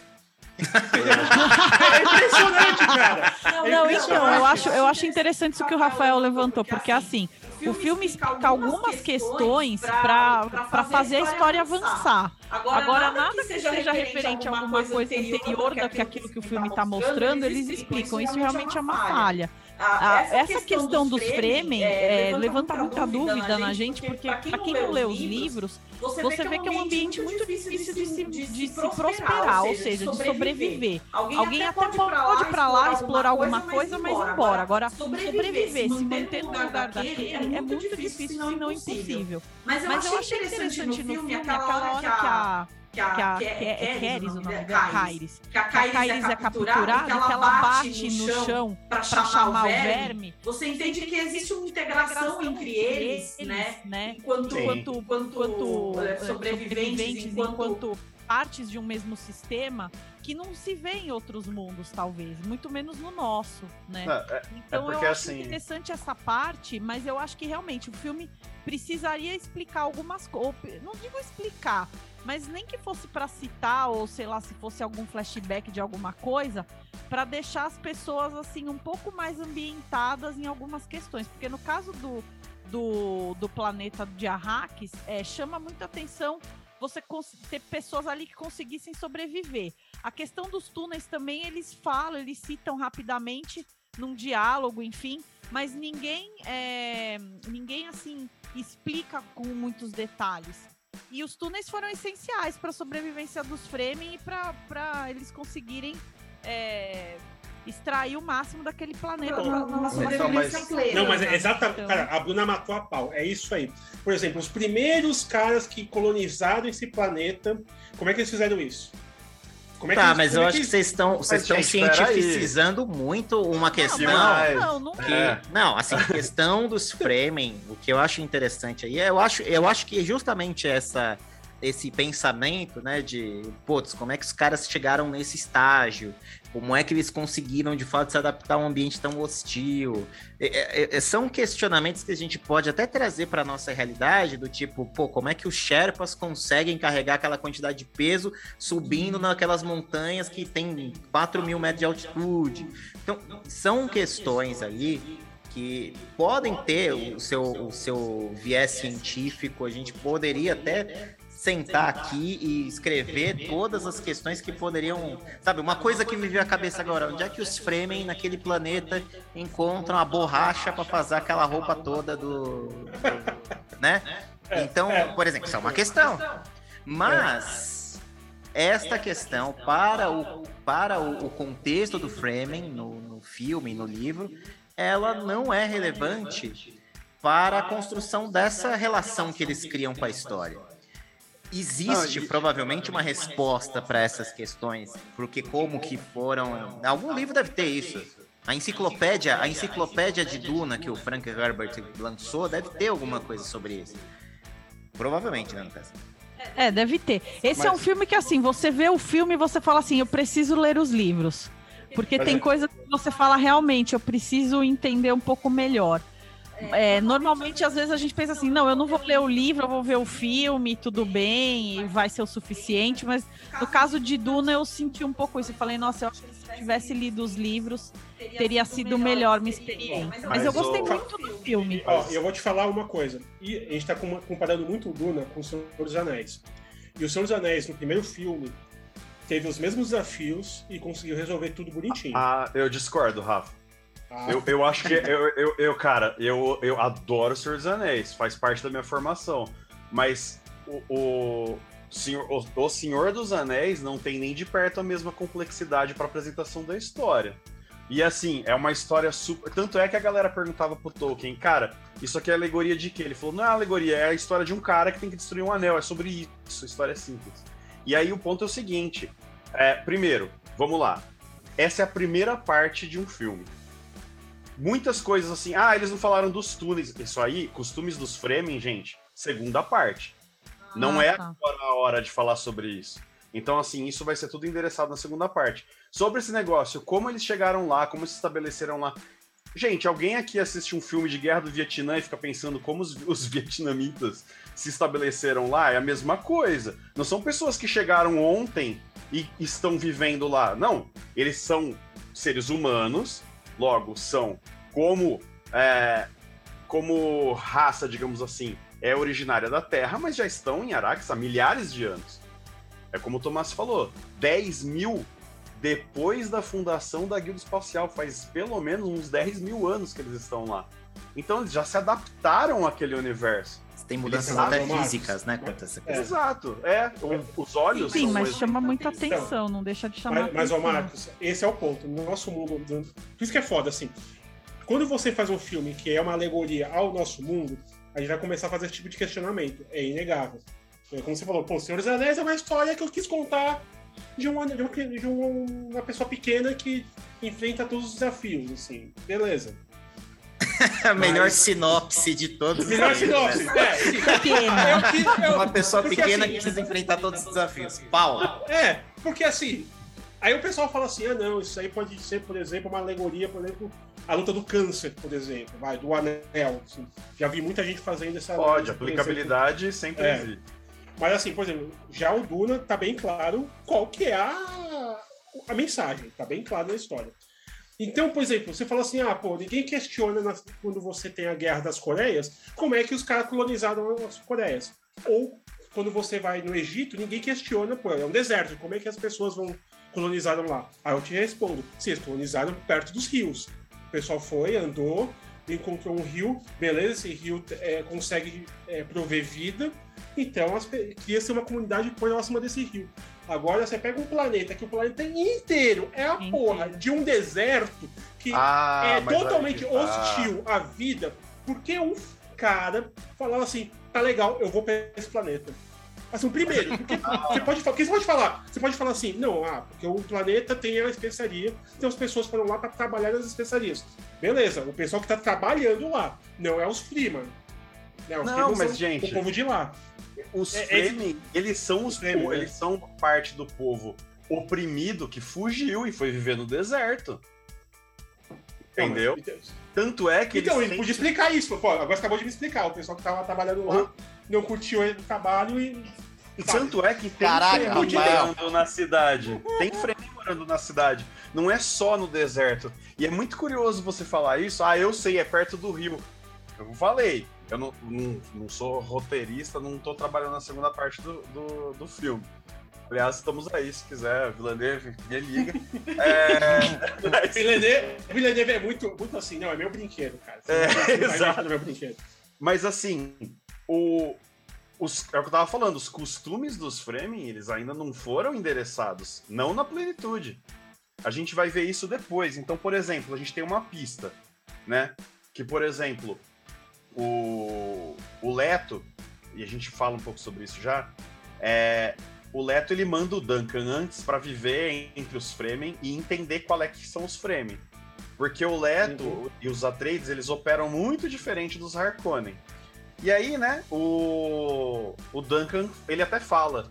É impressionante, cara. Então, eu acho interessante isso que o Rafael levantou, porque assim, o filme explica algumas questões para fazer a história avançar. Agora, nada que seja referente a alguma coisa anterior daquilo que o filme está mostrando, eles explicam. Isso realmente é uma falha. Essa questão dos Fremen levanta muita dúvida na gente, porque para quem não lê os livros, você vê que é um ambiente muito difícil de se prosperar, ou seja, de sobreviver. Alguém até pode ir para lá, explorar alguma coisa, mas ir embora. Agora, sobreviver, se manter no lugar daquele, é muito difícil, se não impossível. Mas eu achei interessante no filme aquela hora que a Keris, o nome dela, Kairis. Que a Kairis é capturada, que ela bate no chão para chamar o verme. Você entende que existe uma integração entre eles, né? Enquanto sobreviventes, enquanto partes de um mesmo sistema que não se vê em outros mundos, talvez, muito menos no nosso, né? Então eu acho interessante essa parte, mas eu acho que realmente o filme precisaria explicar algumas coisas, não digo explicar, mas nem que fosse para citar, ou sei lá, se fosse algum flashback de alguma coisa, para deixar as pessoas assim um pouco mais ambientadas em algumas questões, porque no caso do planeta de Arrakis, chama muita atenção você ter pessoas ali que conseguissem sobreviver. A questão dos túneis também, eles citam rapidamente num diálogo, enfim, mas ninguém assim explica com muitos detalhes. E os túneis foram essenciais para a sobrevivência dos Fremen e para eles conseguirem extrair o máximo daquele planeta na sobrevivência plena. Não, mas é exatamente. Cara, a Bruna matou a pau. É isso aí. Por exemplo, os primeiros caras que colonizaram esse planeta, como é que eles fizeram isso? Mas eu acho que vocês estão cientificizando muito uma questão. Não, assim, a questão dos Fremen, o que eu acho interessante aí, eu acho que justamente esse pensamento, né, de, putz, como é que os caras chegaram nesse estágio? Como é que eles conseguiram, de fato, se adaptar a um ambiente tão hostil? São questionamentos que a gente pode até trazer para a nossa realidade, do tipo, pô, como é que os Sherpas conseguem carregar aquela quantidade de peso subindo naquelas montanhas que tem 4.000 metros de altitude? Então, são questões aí que podem ter o seu viés científico, a gente poderia até sentar aqui e escrever todas as questões que poderiam... Sabe, uma coisa que me veio à cabeça agora, onde é que os Fremen, naquele planeta, encontram a borracha para fazer aquela roupa toda né? Então, por exemplo, isso é uma questão. Mas esta questão, para o contexto do Fremen, no filme, no livro, ela não é relevante para a construção dessa relação que eles criam com a história. Existe provavelmente uma resposta para essas questões, porque como que foram... Algum livro deve ter isso. A enciclopédia de Duna que o Frank Herbert lançou deve ter alguma coisa sobre isso. Provavelmente, né, Lucas? Deve ter. Esse é um filme que, assim, você vê o filme e você fala assim, eu preciso ler os livros. Porque tem coisa que você fala realmente, eu preciso entender um pouco melhor. Normalmente, às vezes, a gente pensa assim, não, eu não vou ler o livro, eu vou ver o filme, tudo bem, e vai ser o suficiente, mas no caso de Duna, eu senti um pouco isso. Eu falei, nossa, eu acho que se eu tivesse lido os livros, teria sido melhor minha experiência. Mas eu gostei muito do filme. Eu vou te falar uma coisa, e a gente tá comparando muito o Duna com o Senhor dos Anéis. E o Senhor dos Anéis, no primeiro filme, teve os mesmos desafios e conseguiu resolver tudo bonitinho. Eu discordo, Rafa. Eu acho que... Cara, eu adoro o Senhor dos Anéis, faz parte da minha formação. Mas o Senhor dos Anéis não tem nem de perto a mesma complexidade para apresentação da história. E assim, é uma história super... Tanto é que a galera perguntava pro Tolkien, cara, isso aqui é alegoria de quê? Ele falou, não é alegoria, é a história de um cara que tem que destruir um anel, é sobre isso, a história é simples. E aí o ponto é o seguinte, primeiro, vamos lá, essa é a primeira parte de um filme. Muitas coisas assim, eles não falaram dos túneis, isso aí, costumes dos Fremen, gente, segunda parte. Não é agora a hora de falar sobre isso. Então, assim, isso vai ser tudo endereçado na segunda parte. Sobre esse negócio, como eles chegaram lá, como se estabeleceram lá. Gente, alguém aqui assiste um filme de guerra do Vietnã e fica pensando como os vietnamitas se estabeleceram lá? É a mesma coisa. Não são pessoas que chegaram ontem e estão vivendo lá. Não, eles são seres humanos, logo são como raça, digamos assim, originária da Terra, mas já estão em Arrakis há milhares de anos. É como o Tomás falou, 10.000 depois da fundação da Guilda Espacial, faz pelo menos uns 10.000 anos que eles estão lá. Então eles já se adaptaram àquele universo. Tem mudanças até físicas, né? Quanto a essa questão. Exato, os olhos... Sim, mas chama muita atenção, não deixa de chamar atenção. Mas, Marcos, esse é o ponto. No nosso mundo... Por isso que é foda, assim. Quando você faz um filme que é uma alegoria ao nosso mundo, a gente vai começar a fazer esse tipo de questionamento. É inegável. Como você falou, o Senhor dos Anéis é uma história que eu quis contar de uma pessoa pequena que enfrenta todos os desafios, assim. Beleza. A melhor sinopse de todos. Melhor sinopse, Uma pessoa pequena assim, que precisa enfrentar todos os desafios. Paula. Porque assim, aí o pessoal fala assim, não, isso aí pode ser, por exemplo, uma alegoria, por exemplo, a luta do câncer, por exemplo, do anel. Assim. Já vi muita gente fazendo essa... Pode, aplicabilidade sempre existe. Mas assim, por exemplo, já o Duna tá bem claro qual que é a mensagem, tá bem claro na história. Então, por exemplo, você fala assim, ninguém questiona quando você tem a Guerra das Coreias, como é que os caras colonizaram as Coreias. Ou, quando você vai no Egito, ninguém questiona, é um deserto, como é que as pessoas colonizaram lá? Aí eu te respondo, eles colonizaram perto dos rios. O pessoal foi, andou, encontrou um rio, beleza, esse rio consegue prover vida, então cria ser uma comunidade próxima desse rio. Agora você pega um planeta que o planeta inteiro é a porra de um deserto que é totalmente hostil à vida, porque um cara falava assim, tá legal, eu vou pra esse planeta. Assim, primeiro, porque você pode falar assim, não, porque o planeta tem a especiaria, então as pessoas foram lá para trabalhar nas especiarias. Beleza, o pessoal que tá trabalhando lá, não é os Freeman. Né? Os não, mas gente, o povo de lá. Os Fremen, eles são parte do povo oprimido que fugiu e foi viver no deserto. Entendeu? Tanto é que ele podia explicar isso. Pô, agora você acabou de me explicar. O pessoal que tava trabalhando lá não curtiu ele no trabalho e... Tanto é que tem Fremen morando na cidade. Tem Fremen morando na cidade. Não é só no deserto. E é muito curioso você falar isso. Ah, eu sei, é perto do rio. Eu falei. Eu não sou roteirista, não tô trabalhando na segunda parte do filme. Aliás, estamos aí, se quiser, Villeneuve, me liga. Villeneuve é muito assim, não, é meu brinquedo, cara. Exato. Meu brinquedo. Mas assim, é o que eu tava falando, os costumes dos Fremen, eles ainda não foram endereçados, não na plenitude. A gente vai ver isso depois. Então, por exemplo, a gente tem uma pista, né? Que, por exemplo, o Leto, e a gente fala um pouco sobre isso já, o Leto ele manda o Duncan antes para viver entre os Fremen e entender qual é que são os Fremen. Porque o Leto e os Atreides, eles operam muito diferente dos Harkonnen. E aí, né, o Duncan, ele até fala,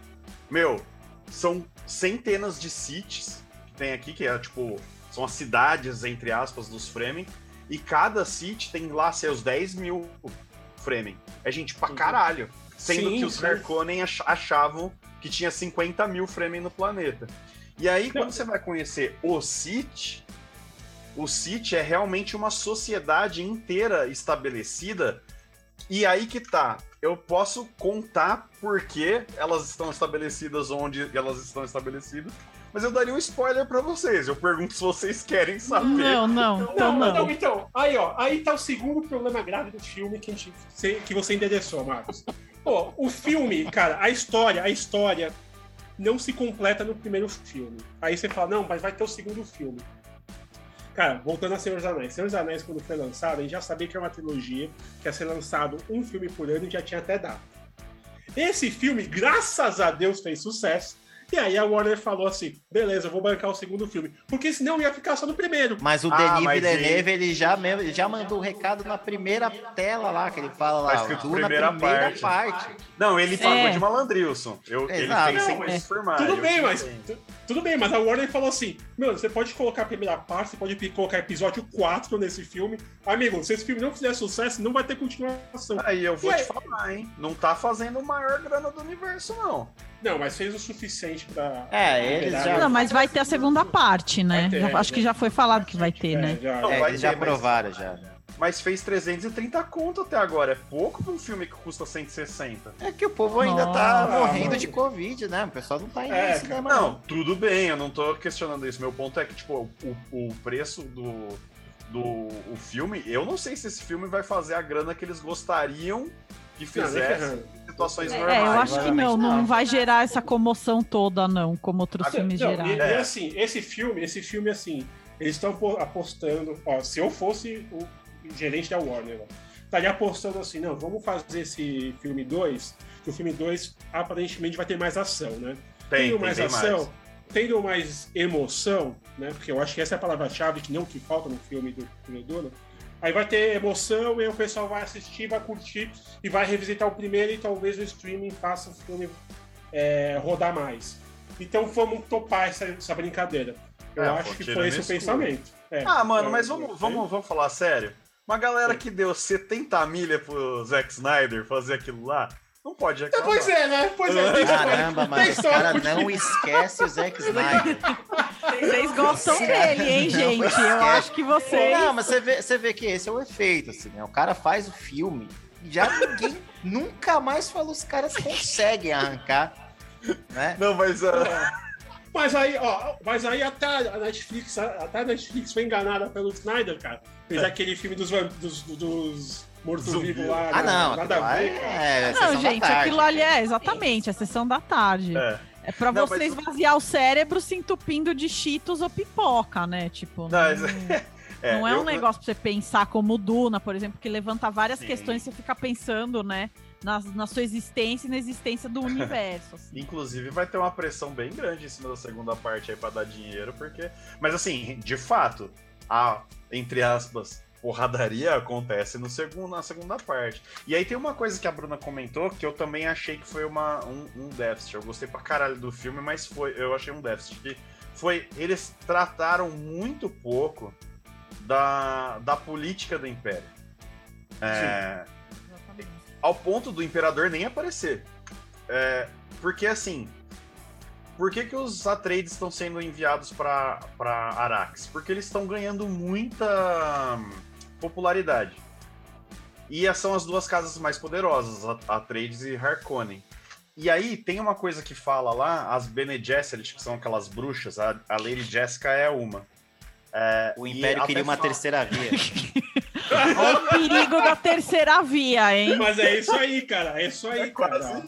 são centenas de cities que tem aqui, que é tipo, são as cidades, entre aspas, dos Fremen, e cada city tem lá seus 10 mil Fremen. É gente pra caralho. Sendo que os Harkonnen achavam que tinha 50 mil Fremen no planeta. E aí, quando você vai conhecer o Sith é realmente uma sociedade inteira estabelecida. E aí que tá. Eu posso contar por que elas estão estabelecidas onde elas estão estabelecidas, mas eu daria um spoiler pra vocês. Eu pergunto se vocês querem saber. Não. Então, aí tá o segundo problema grave do filme que você endereçou, Marcos. Pô, o filme, cara, a história não se completa no primeiro filme. Aí você fala, não, mas vai ter o segundo filme. Cara, voltando a Senhor dos Anéis. Senhor dos Anéis, quando foi lançado, a gente já sabia que era uma trilogia, que ia ser lançado um filme por ano e já tinha até data. Esse filme, graças a Deus, fez sucesso. E aí a Warner falou assim, beleza, eu vou bancar o segundo filme. Porque senão ia ficar só no primeiro. Mas o Denis Villeneuve, ele já mandou o recado na primeira tela lá, que ele fala lá, tudo na primeira parte. Não, ele pagou de malandrilson. Ele fez sem confirmar. Tudo bem, mas a Warner falou assim, você pode colocar a primeira parte, você pode colocar episódio 4 nesse filme. Amigo, se esse filme não fizer sucesso, não vai ter continuação. Aí eu vou te falar, hein? Não tá fazendo a maior grana do universo, não. Não, mas fez o suficiente pra... eles já... Não, mas vai ter a segunda parte, né? Acho que já foi falado que vai ter, né? Eles já aprovaram, já. Mas fez 330 conto até agora. É pouco pra um filme que custa 160. É que o povo ainda tá morrendo de Covid, né? O pessoal não tá indo no cinema, não. Tudo bem, eu não tô questionando isso. Meu ponto é que, tipo, o preço do filme... Eu não sei se esse filme vai fazer a grana que eles gostariam que fizesse em situações normais. Eu acho que não vai gerar essa comoção toda, não, como outros filmes geraram. E assim, esse filme, assim, eles estão apostando, se eu fosse o gerente da Warner, estaria apostando assim, não, vamos fazer esse filme 2, que o filme 2 aparentemente vai ter mais ação, né? Tendo mais ação, tendo mais emoção, né? Porque eu acho que essa é a palavra-chave que falta no filme do Dono. Aí vai ter emoção e o pessoal vai assistir, vai curtir e vai revisitar o primeiro e talvez o streaming faça o filme rodar mais. Então vamos topar essa brincadeira. Eu acho que foi esse o pensamento. Mano, mas vamos falar sério. Uma galera que deu 70 milha pro Zack Snyder fazer aquilo lá, não pode reclamar. Pois é, né? Caramba, mas os caras não esquecem o Zack Snyder. Vocês gostam dele, hein, gente? Eu acho que vocês... Não, mas você vê que esse é o efeito, assim, né? O cara faz o filme e já ninguém nunca mais falou os caras conseguem arrancar, né? Não, mas... Mas aí até a Netflix foi enganada pelo Snyder, cara. Fez aquele filme dos mortos-vivos lá. Nada a ver, cara. Não, gente, aquilo ali exatamente, a sessão da tarde. É pra você esvaziar o cérebro se entupindo de Cheetos ou pipoca, né? Tipo, não é um negócio pra você pensar como o Duna, por exemplo, que levanta várias questões e você fica pensando, né? Na sua existência e na existência do universo. Assim. Inclusive vai ter uma pressão bem grande em cima da segunda parte aí pra dar dinheiro, porque... Mas assim, de fato, entre aspas, porradaria acontece na segunda parte. E aí tem uma coisa que a Bruna comentou que eu também achei que foi um déficit. Eu gostei pra caralho do filme, mas eu achei um déficit. Que eles trataram muito pouco da política do Império. Ao ponto do Imperador nem aparecer. Porque assim... Por que os Atreides estão sendo enviados para Arrakis? Porque eles estão ganhando muita popularidade. E são as duas casas mais poderosas, Atreides e Harkonnen. E aí tem uma coisa que fala lá, as Bene Gesserit, que são aquelas bruxas, a Lady Jessica é uma. O Império queria uma terceira via. Olha o perigo da terceira via, hein? Mas é isso aí, cara. É isso aí, cara.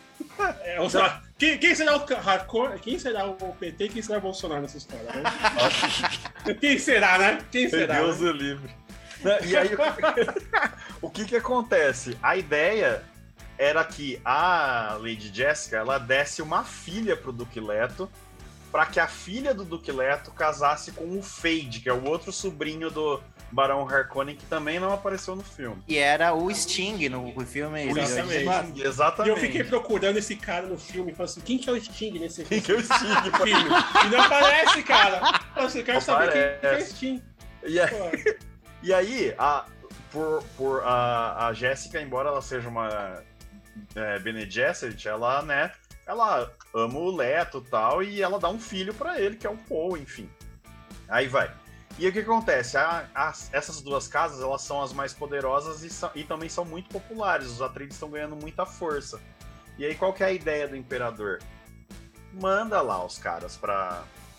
Quem será o Harkonnen? Quem será o PT e quem será o Bolsonaro nessa história? Né? Quem será, né? Quem será? Deus o livre. E aí, o que acontece? A ideia era que a Lady Jessica, ela desse uma filha pro Duque Leto, para que a filha do Duque Leto casasse com o Fade, que é o outro sobrinho do Barão Harkonnen, que também não apareceu no filme. E era o Sting no filme. Exatamente. Exatamente. E eu fiquei procurando esse cara no filme, falando assim, quem que é o Sting nesse filme? Quem que é o Sting? Filme? E não aparece, cara. Eu quero saber quem que é o Sting. E aí, a Jéssica, embora ela seja uma Bene Gesserit, ela, né, ela ama o Leto e tal, e ela dá um filho pra ele, que é o Paul, enfim. Aí vai. E o que acontece? Essas duas casas, elas são as mais poderosas e também são muito populares. Os Atreides estão ganhando muita força. E aí, qual que é a ideia do Imperador? Manda lá os caras pra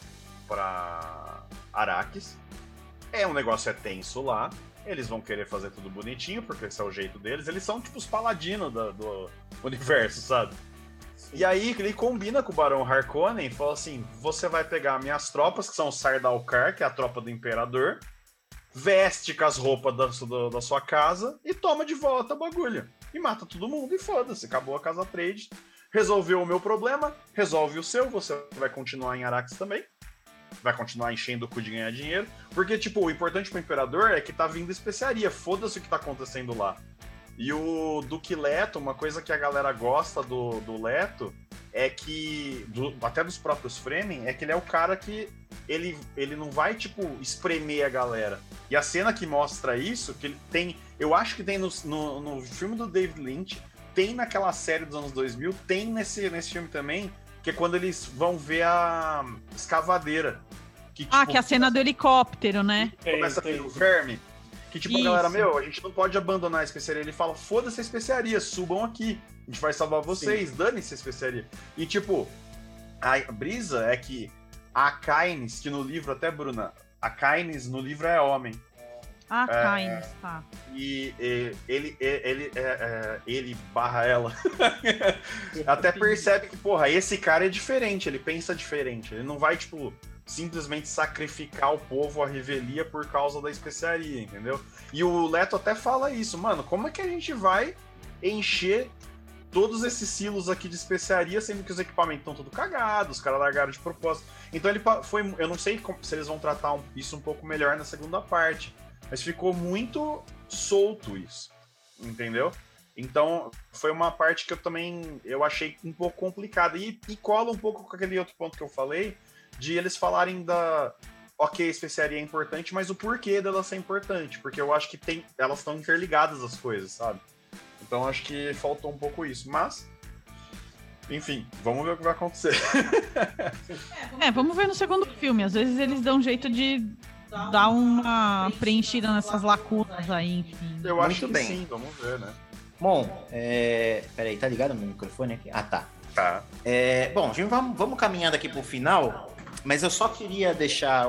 Arrakis. Um negócio tenso lá. Eles vão querer fazer tudo bonitinho, porque esse é o jeito deles. Eles são tipo os paladinos do universo, sabe? E aí ele combina com o Barão Harkonnen e fala assim, você vai pegar minhas tropas, que são os Sardaukar, que é a tropa do Imperador, veste com as roupas da sua casa e toma de volta o bagulho. E mata todo mundo e foda-se, acabou a casa Atreides. Resolveu o meu problema, resolve o seu, você vai continuar em Arrakis também. Vai continuar enchendo o cu de ganhar dinheiro. Porque, tipo, o importante pro Imperador é que tá vindo especiaria, foda-se o que tá acontecendo lá. E o Duque Leto, uma coisa que a galera gosta do Leto é que, até dos próprios Fremen, é que ele é o cara que ele não vai, tipo, espremer a galera. E a cena que mostra isso, que ele tem, eu acho que tem no filme do David Lynch, tem naquela série dos anos 2000, tem nesse filme também, que é quando eles vão ver a escavadeira. Que, tipo, que é a cena do helicóptero, né? Começa a ter o verme. Que tipo, Isso. A galera, a gente não pode abandonar a especiaria. Ele fala, foda-se a especiaria, subam aqui. A gente vai salvar vocês, dane-se a especiaria. E tipo, a brisa é que a Caines, que no livro, até Bruna, a Caines no livro é homem. Caines, tá. E ele barra ela. Até percebe que, porra, esse cara é diferente, ele pensa diferente. Ele não vai, tipo, simplesmente sacrificar o povo à revelia por causa da especiaria, entendeu? E o Leto até fala isso, mano, como é que a gente vai encher todos esses silos aqui de especiaria, sendo que os equipamentos estão tudo cagados, os caras largaram de propósito. Então ele foi, eu não sei se eles vão tratar isso um pouco melhor na segunda parte, mas ficou muito solto isso, entendeu? Então foi uma parte que eu achei um pouco complicada e cola um pouco com aquele outro ponto que eu falei, de eles falarem ok, a especiaria é importante, mas o porquê dela ser importante, porque eu acho que elas estão interligadas as coisas, sabe? Então acho que faltou um pouco isso, mas enfim, vamos ver o que vai acontecer. Vamos ver no segundo filme, às vezes eles dão um jeito de dar uma preenchida nessas lacunas aí, enfim. Eu acho que bem. Sim, vamos ver, né? Bom, peraí, tá ligado no microfone aqui? Ah, tá. Tá. Bom, gente, vamos caminhando aqui pro final, mas eu só queria deixar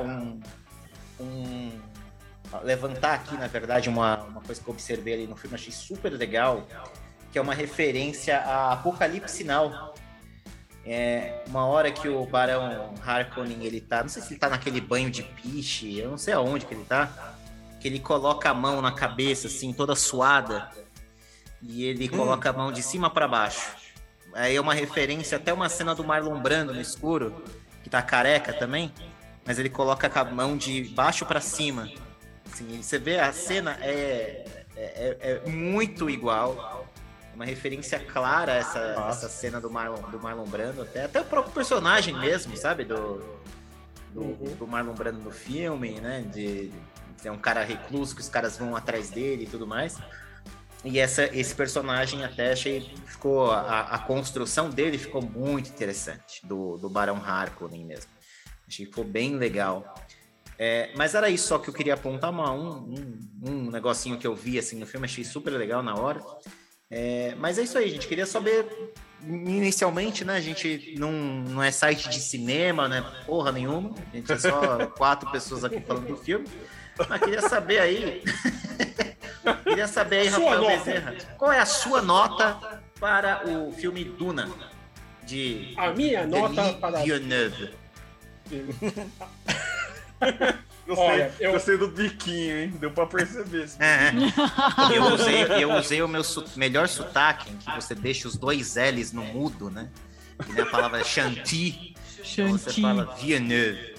levantar aqui, na verdade, uma coisa que eu observei ali no filme, achei super legal, que é uma referência a Apocalipse Now. Uma hora que o Barão Harkonnen, ele tá, não sei se ele tá naquele banho de piche, eu não sei aonde que ele tá, que ele coloca a mão na cabeça, assim, toda suada, e ele coloca a mão de cima para baixo. Aí é uma referência até uma cena do Marlon Brando no escuro, que tá careca também, mas ele coloca a mão de baixo para cima. Assim, você vê a cena é muito igual. Uma referência clara a essa cena do Marlon Brando, até o próprio personagem mesmo, sabe? Do Marlon Brando no filme, né? De ser um cara recluso que os caras vão atrás dele e tudo mais. E esse personagem até achei ficou a construção dele ficou muito interessante, do Barão Harkonnen mesmo. Achei que ficou bem legal. Mas era isso só que eu queria apontar um negocinho que eu vi assim no filme, achei super legal na hora. Mas é isso aí, gente. Queria saber, inicialmente, né? A gente não é site de cinema, né? Porra nenhuma. A gente é só 4 pessoas aqui falando do filme. Mas queria saber aí. Rafael Bezerra, qual é a sua nota para o filme Duna? A minha nota para Villeneuve. Gostei do biquinho, hein? Deu pra perceber. Eu usei o meu melhor sotaque, em que você deixa os 2 L's no mudo, né? E na palavra chantilly, você fala Villeneuve.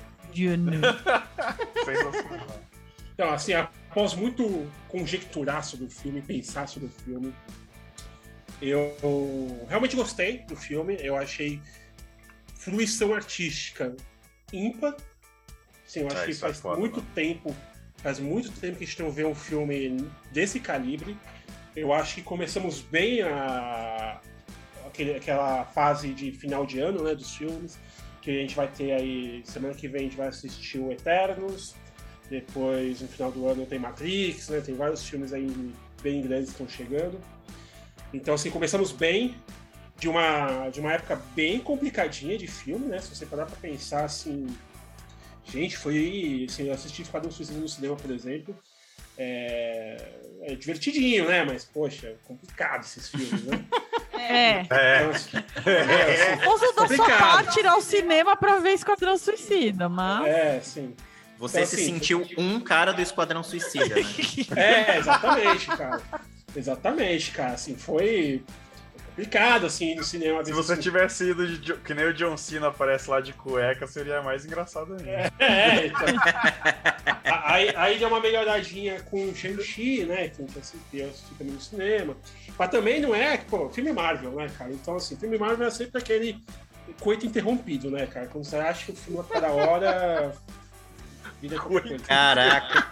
Então, assim, após muito conjecturar sobre o filme, pensar sobre o filme, eu realmente gostei do filme. Eu achei fruição artística ímpar. Sim, eu acho que faz muito tempo que a gente não vê um filme desse calibre. Eu acho que começamos bem aquela fase de final de ano, né, dos filmes, que a gente vai ter aí, semana que vem a gente vai assistir o Eternos, depois no final do ano tem Matrix, né, tem vários filmes aí bem grandes que estão chegando. Então, assim, começamos bem, de uma época bem complicadinha de filme, né, se você parar pra pensar, assim... Gente, foi... Assim, eu assisti Esquadrão Suicida no cinema, por exemplo. É divertidinho, né? Mas, poxa, complicado esses filmes, né? Usa da sua parte ir ao cinema pra ver Esquadrão Suicida, mas... sim. Você então, se sentiu um cara do Esquadrão Suicida, né? Exatamente, cara. Assim, foi... complicado, assim, no cinema. Se você tivesse ido que nem o John Cena aparece lá de cueca, seria mais engraçado ainda. Então. Aí deu uma melhoradinha com o Shang-Chi, né? Que eu assisti também no cinema. Mas também não é, filme Marvel, né, cara? Então, assim, filme Marvel é sempre aquele coito interrompido, né, cara? Quando você acha que o filme é cada hora... Vida coisa. Caraca!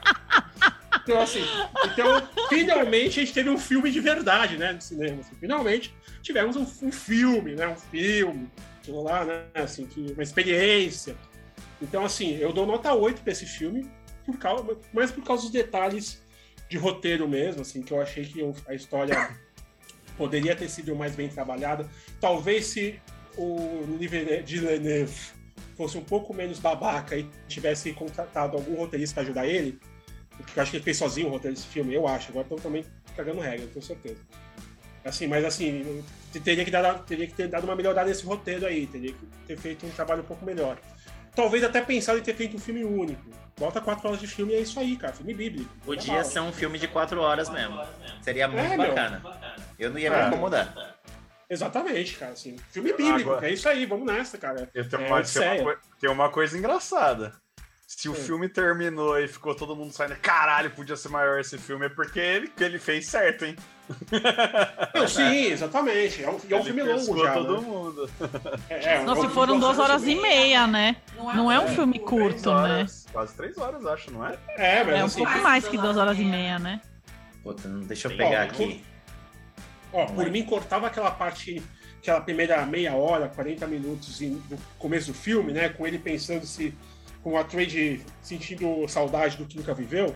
Então, finalmente a gente teve um filme de verdade, né, no cinema. Assim, finalmente tivemos um filme, né, aquilo lá, né, assim, uma experiência. Então, assim, eu dou nota 8 pra esse filme, mais por causa dos detalhes de roteiro mesmo, assim, que eu achei que a história poderia ter sido mais bem trabalhada. Talvez se o Villeneuve fosse um pouco menos babaca e tivesse contratado algum roteirista para ajudar ele, porque eu acho que ele fez sozinho o roteiro desse filme, eu acho. Agora estão também cagando regra, não tenho certeza. Assim, mas assim, teria que ter dado uma melhorada nesse roteiro aí, teria que ter feito um trabalho um pouco melhor. Talvez até pensado em ter feito um filme único. Bota 4 horas de filme e é isso aí, cara, filme bíblico. Podia ser um filme de 4 horas mesmo. Seria muito bacana. Eu não ia me incomodar. Exatamente, cara, assim, filme bíblico, agora, é isso aí, vamos nessa, cara. Tem uma coisa engraçada. Se o filme terminou e ficou todo mundo saindo, caralho, podia ser maior esse filme, é porque ele fez certo, hein? Sim, exatamente. É um filme longo já. Todo mundo. Se foram 2 horas e meia, né? Não é um filme curto, né? Quase 3 horas, acho, não é? Mas é um pouco mais que 2 horas e meia, né? Puta, deixa eu pegar aqui. Por mim, cortava aquela parte, aquela primeira meia hora, 40 minutos no começo do filme, né? Com ele pensando com o Atreides sentindo saudade do que nunca viveu.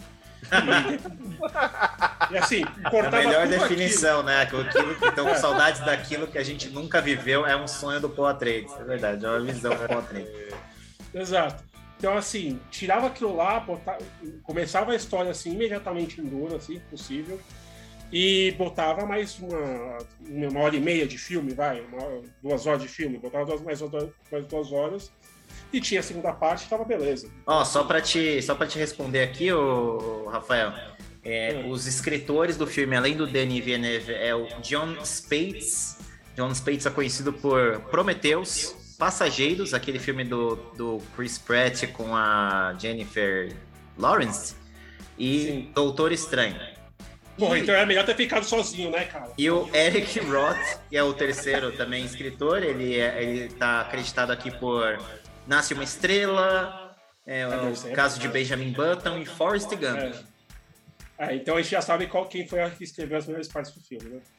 E assim, cortava. A melhor definição, né? Então, com saudades daquilo que a gente nunca viveu é um sonho do Paul Atreides. É verdade, é uma visão do Paul Atreides. Exato. Então, assim, tirava aquilo lá, começava a história assim, imediatamente em Duna, assim, possível. E botava mais uma hora e meia de filme, 2 horas de filme, botava mais 2 horas e tinha a segunda parte, tava beleza. Só pra te responder aqui, Rafael, os escritores do filme, além do Denis Villeneuve, é o Jon Spaihts. Jon Spaihts é conhecido por Prometheus, Passageiros, aquele filme do Chris Pratt com a Jennifer Lawrence. e Sim. Doutor Estranho. Bom, então é melhor ter ficado sozinho, né, cara? E o Eric Roth, que é o terceiro também escritor, ele tá acreditado aqui por Nasce uma Estrela, o caso de Benjamin Button e Forrest Gump. Então a gente já sabe quem foi a que escreveu as melhores partes do filme, né?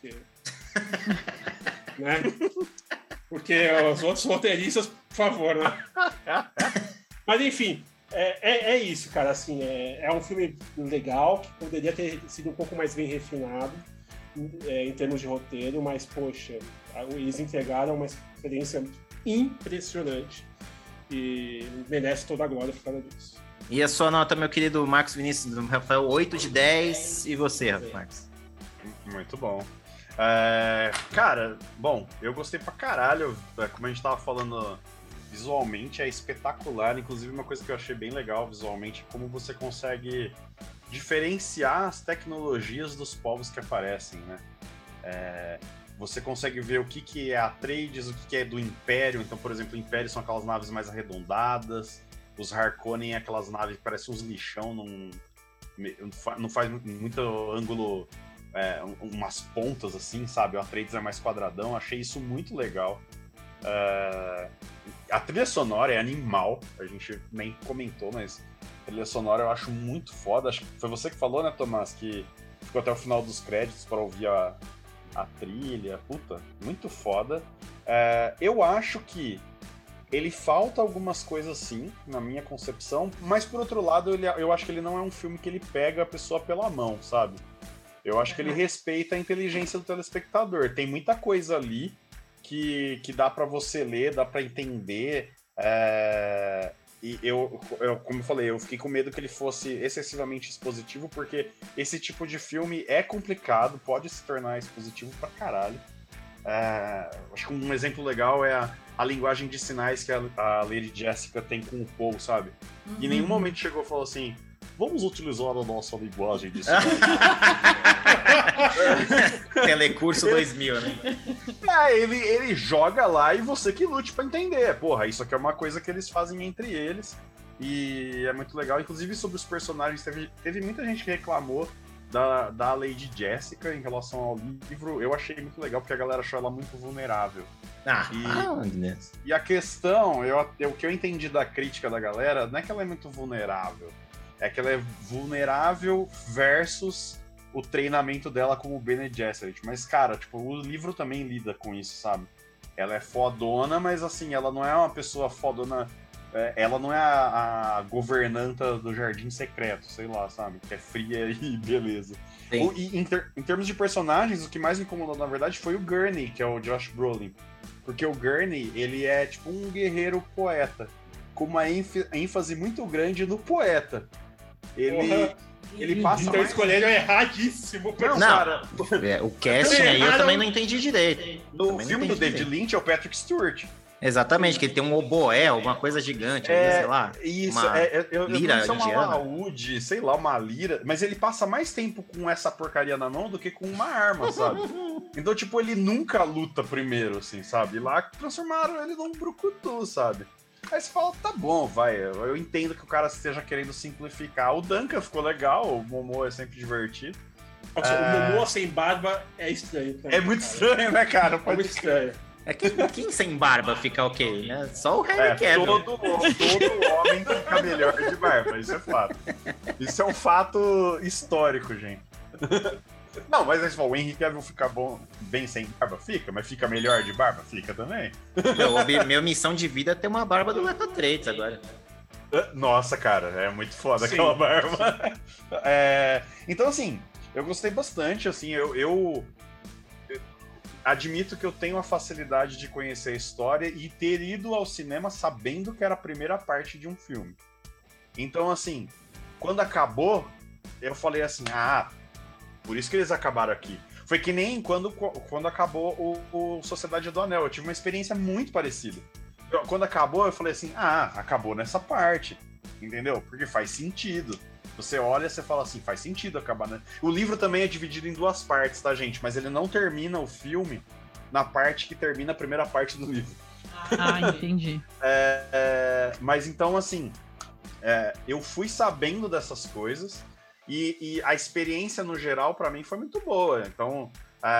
Né? Porque os outros roteiristas, por favor, né? Mas enfim, é isso, cara. Assim, é um filme legal que poderia ter sido um pouco mais bem refinado em termos de roteiro, mas, poxa, eles entregaram uma experiência impressionante e merece toda a glória por causa disso. E a sua nota, meu querido Marcos Vinícius, do Rafael, 8 de 10. E você, Marcos? Muito bom. Cara, bom, eu gostei pra caralho. Como a gente tava falando, visualmente é espetacular. Inclusive, uma coisa que eu achei bem legal visualmente é como você consegue diferenciar as tecnologias dos povos que aparecem, né? Você consegue ver o que é Atreides, o que é do Império. Então, por exemplo, o Império são aquelas naves mais arredondadas. Os Harkonnen, aquelas naves que parecem uns lixão, não faz muito ângulo, umas pontas assim, sabe? O Atreides é mais quadradão, achei isso muito legal. A trilha sonora é animal, a gente nem comentou, mas a trilha sonora eu acho muito foda. Acho que foi você que falou, né, Tomás, que ficou até o final dos créditos para ouvir a trilha. Puta, muito foda. Eu acho que ele falta algumas coisas sim, na minha concepção, mas por outro lado, eu acho que ele não é um filme que ele pega a pessoa pela mão, sabe? Eu acho que ele respeita a inteligência do telespectador. Tem muita coisa ali que dá pra você ler, dá pra entender. E eu, como eu falei, eu fiquei com medo que ele fosse excessivamente expositivo, porque esse tipo de filme é complicado, pode se tornar expositivo pra caralho. Acho que um exemplo legal é a linguagem de sinais que a Lady Jessica tem com o Paul, sabe? E em nenhum momento chegou e falou assim: vamos utilizar a nossa linguagem de sinais. Telecurso 2000, né? Ele joga lá e você que lute pra entender. Porra, isso aqui é uma coisa que eles fazem entre eles. E é muito legal. Inclusive, sobre os personagens, teve muita gente que reclamou da Lady Jessica em relação ao livro. Eu achei muito legal, porque a galera achou ela muito vulnerável. E a questão, o que eu entendi da crítica da galera, não é que ela é muito vulnerável, é que ela é vulnerável versus o treinamento dela como Bene Gesserit. Mas, cara, tipo, o livro também lida com isso, sabe? Ela é fodona, mas assim, ela não é uma pessoa fodona. Ela não é a governanta do Jardim Secreto, sei lá, sabe? Que é fria e beleza. E em termos de personagens, o que mais me incomodou, na verdade, foi o Gurney, que é o Josh Brolin. Porque o Gurney, ele é tipo um guerreiro poeta, com uma ênfase muito grande no poeta. Ele passa então escolheram erradíssimo. Não, cara. O casting aí eu também não entendi direito. No filme do David Lynch é o Patrick Stewart. Exatamente, que ele tem um oboé, alguma coisa gigante, sei lá. Isso, lira não sei, uma laúde, sei lá, uma lira, mas ele passa mais tempo com essa porcaria na mão do que com uma arma, sabe? Então, tipo, ele nunca luta primeiro, assim, sabe? E lá transformaram ele num brucutu, sabe? Aí você fala, tá bom, vai, eu entendo que o cara esteja querendo simplificar. O Duncan ficou legal, o Momoa é sempre divertido. Nossa, o Momoa sem barba é estranho. Também, é muito estranho, né, cara? É muito estranho. Quem sem barba fica ok, né? Só o Harry Cavill. Todo homem fica melhor de barba, isso é fato. Isso é um fato histórico, gente. Não, mas aí, o Henry Cavill fica bem sem barba? Fica, mas fica melhor de barba? Fica também. Minha missão de vida é ter uma barba do Leto Atreides agora. Nossa, cara, é muito foda aquela barba. Então, assim, eu gostei bastante, assim, eu admito que eu tenho a facilidade de conhecer a história e ter ido ao cinema sabendo que era a primeira parte de um filme. Então, assim, quando acabou, eu falei assim, por isso que eles acabaram aqui. Foi que nem quando acabou o Sociedade do Anel. Eu tive uma experiência muito parecida. Quando acabou, eu falei assim, acabou nessa parte. Entendeu? Porque faz sentido. Você olha e você fala assim, faz sentido acabar, né? O livro também é dividido em duas partes, tá, gente? Mas ele não termina o filme na parte que termina a primeira parte do livro. Entendi. Mas então, assim, eu fui sabendo dessas coisas E a experiência, no geral, pra mim, foi muito boa. Então,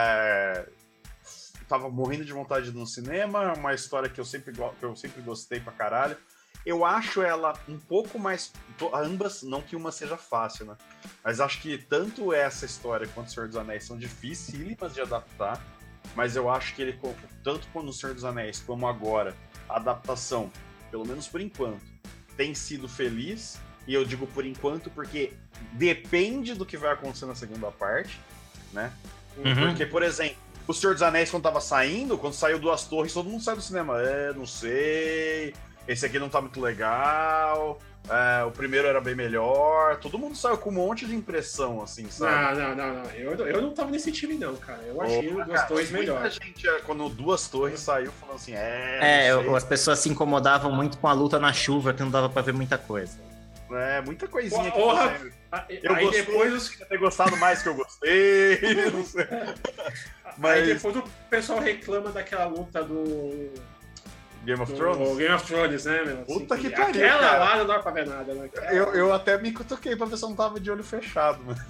tava morrendo de vontade de ir no cinema, uma história que eu sempre gostei pra caralho. Eu acho ela um pouco mais... Ambas, não que uma seja fácil, né? Mas acho que tanto essa história quanto o Senhor dos Anéis são dificílimas de adaptar. Mas eu acho que ele, tanto no Senhor dos Anéis como agora, a adaptação, pelo menos por enquanto, tem sido feliz. E eu digo por enquanto porque depende do que vai acontecer na segunda parte, né? Porque, por exemplo, o Senhor dos Anéis, quando tava saindo, quando saiu Duas Torres, todo mundo saiu do cinema. Não sei... Esse aqui não tá muito legal, o primeiro era bem melhor, todo mundo saiu com um monte de impressão, assim, sabe? Não. Eu não tava nesse time, não, cara. Eu achei o Duas Torres melhor. Muita gente, quando Duas Torres saiu, falou assim, as pessoas se incomodavam muito com a luta na chuva, que não dava pra ver muita coisa. Muita coisinha eu gostei, depois ter gostado mais que eu gostei, não sei. Mas aí depois o pessoal reclama daquela luta do... Game of Thrones? Game of Thrones, né, meu? Puta assim, que pariu, aquela cara. lá não dá pra ver nada, né? Eu até me cutuquei pra ver se eu não tava de olho fechado, mano.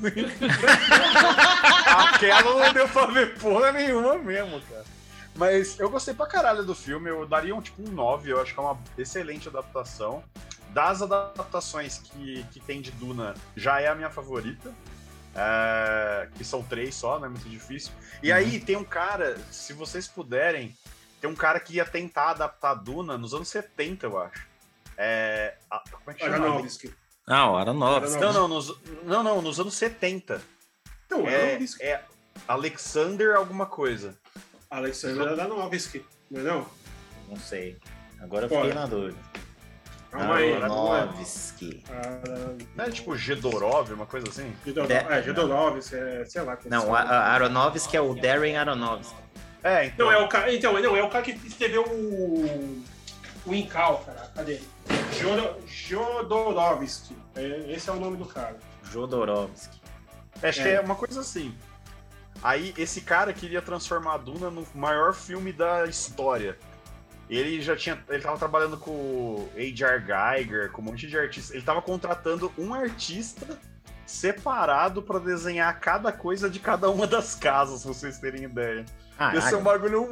Aquela não deu pra ver porra nenhuma mesmo, cara. Mas eu gostei pra caralho do filme, eu daria um 9, eu acho que é uma excelente adaptação. Das adaptações que tem de Duna, já é a minha favorita. Que são 3 só, não é muito difícil. E aí tem um cara, se vocês puderem, tem um cara que ia tentar adaptar Duna nos anos 70, eu acho. Como é que chama? Aronofsky. Aronofsky. Não, nos anos 70. Não, é Alexander alguma coisa. Alexander Aronofsky, não é não? Não sei. Agora eu fiquei na dúvida. Aronofsky. Não é tipo Gedorov, uma coisa assim? Gedorov, sei lá. Não, Aronofsky é o Darren Aronofsky. Então. Não, é o cara que escreveu o Incal, cara. Cadê? Jodorowsky. Esse é o nome do cara. Jodorowsky. Acho que é uma coisa assim. Aí esse cara queria transformar a Duna no maior filme da história. Ele tava trabalhando com o H.R. Geiger, com um monte de artistas. Ele tava contratando um artista separado pra desenhar cada coisa de cada uma das casas, se vocês terem ideia. Esse é um bagulho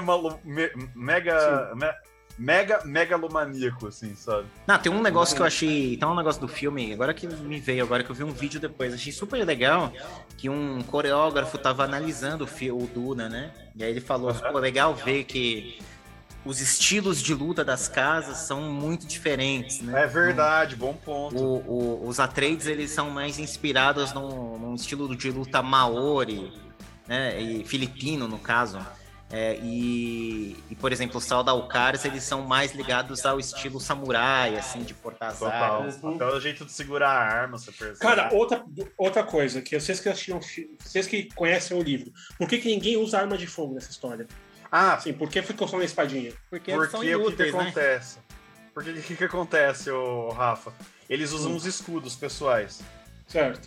megalomaníaco, assim, sabe? Não, tem um negócio que eu achei... Tem um negócio do filme, agora que me veio, agora que eu vi um vídeo depois, achei super legal, que um coreógrafo tava analisando o Duna, né? E aí ele falou, pô, legal ver que os estilos de luta das casas são muito diferentes, né? É verdade, bom ponto. Os Atreides, eles são mais inspirados num estilo de luta maori, né? E filipino, no caso. E, por exemplo, os Sardaukars, eles são mais ligados ao estilo samurai, assim, de portar as armas. Até o jeito de segurar a arma, você percebe. Cara, outra coisa, que vocês que conhecem o livro, por que ninguém usa arma de fogo nessa história? Sim, por que ficou só na espadinha? Porque são inúteis, o que acontece? Porque o que acontece, Rafa? Eles usam os escudos pessoais. Certo.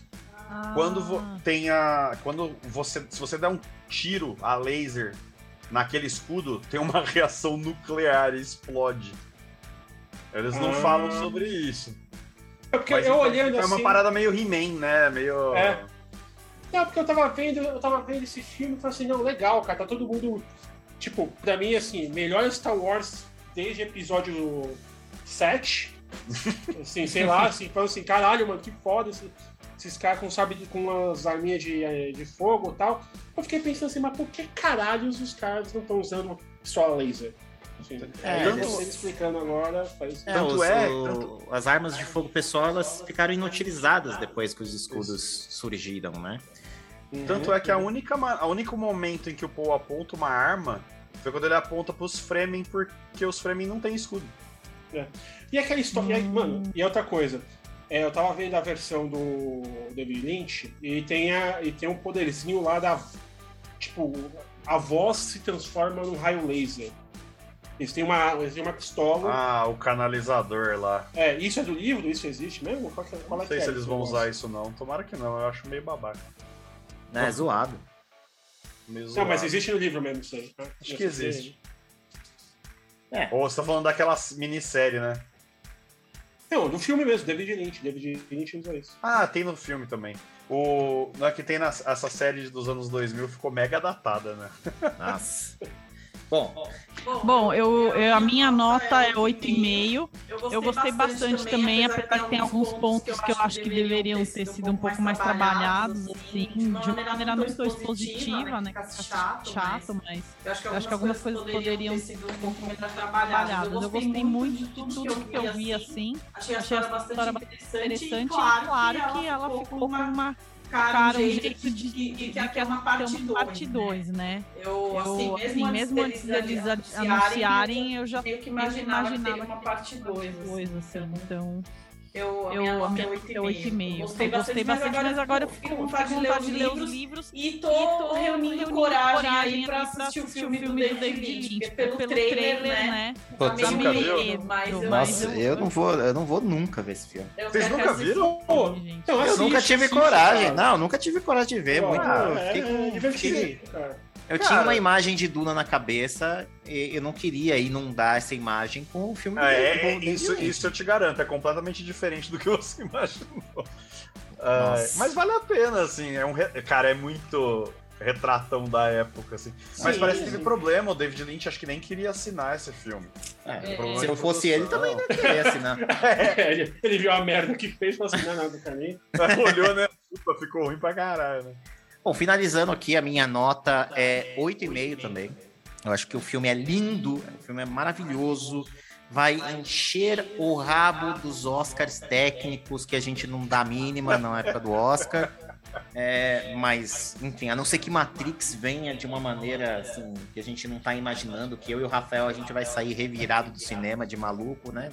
Se você der um tiro a laser naquele escudo, tem uma reação nuclear e explode. Eles não falam sobre isso. Porque eu olhando assim... É uma parada meio He-Man, né? Meio... Não, porque eu tava vendo esse filme e falei assim, não, legal, cara, tá todo mundo... Tipo, pra mim, assim, melhor Star Wars desde episódio 7. Assim, sei lá, assim, falando assim, caralho, mano, que foda esses caras com umas arminhas de fogo e tal. Eu fiquei pensando assim, mas por que caralhos os caras não estão usando só a laser? Assim, você explicando agora, faz... As armas de fogo pessoal, elas ficaram inutilizadas depois que os escudos surgiram, né? Tanto é que o único momento em que o Paul aponta uma arma foi quando ele aponta pros Fremen, porque os Fremen não têm escudo. E aquela história... Mano, e outra coisa... eu tava vendo a versão do David Lynch e tem um poderzinho lá da... Tipo, a voz se transforma num raio laser. Eles têm uma pistola... o canalizador lá. Isso é do livro? Isso existe mesmo? Não sei se eles vão usar isso não. Tomara que não, eu acho meio babaca. É zoado. Não, mas existe no livro mesmo isso aí. Acho que existe. Ou você tá falando daquela minissérie, né? Não, no filme mesmo, David Lynch usou isso. Ah, tem no filme também. Não é que tem essa série dos anos 2000 ficou mega datada, né? Nossa. Bom, a minha nota é 8,5. Eu gostei bastante também, apesar que tem alguns pontos que eu acho que deveriam ter sido um pouco mais trabalhados, assim, de uma maneira não tão expositiva, né? Chato, mas eu acho que algumas coisas poderiam ser um pouco melhor trabalhadas. Eu gostei muito de tudo que eu vi, assim. Achei a história bastante interessante e claro que ela ficou com uma cara, um jeito de que ter uma parte 2, né? Eu assim, mesmo antes deles anunciarem, eu já meio que imaginava que teria uma parte 2, assim, então... A minha nota é 8,5. Eu gostei bastante, mas agora eu fico com vontade de ler os livros e tô reunindo coragem aí pra assistir o filme do David Lynch, pelo trailer, né? Você nunca viu? Nossa, eu não vou nunca ver esse filme. Vocês nunca viram? Eu nunca tive coragem. Não, nunca tive coragem de ver. Eu tinha uma imagem de Duna na cabeça e eu não queria inundar essa imagem com o filme isso eu te garanto, é completamente diferente do que você imaginou. Mas vale a pena, assim, cara, é muito retratão da época, assim. Mas sim, parece que teve problema, o David Lynch acho que nem queria assinar esse filme. Se não fosse ele, também não queria assinar. Ele viu a merda que fez pra assinar nada também. Olhou, né? Ficou ruim pra caralho, né? Bom, finalizando aqui, a minha nota é 8,5 também. Eu acho que o filme é lindo, o filme é maravilhoso, vai encher o rabo dos Oscars técnicos, que a gente não dá mínima na época do Oscar. Mas, enfim, a não ser que Matrix venha de uma maneira assim, que a gente não tá imaginando, que eu e o Rafael a gente vai sair revirado do cinema de maluco, né?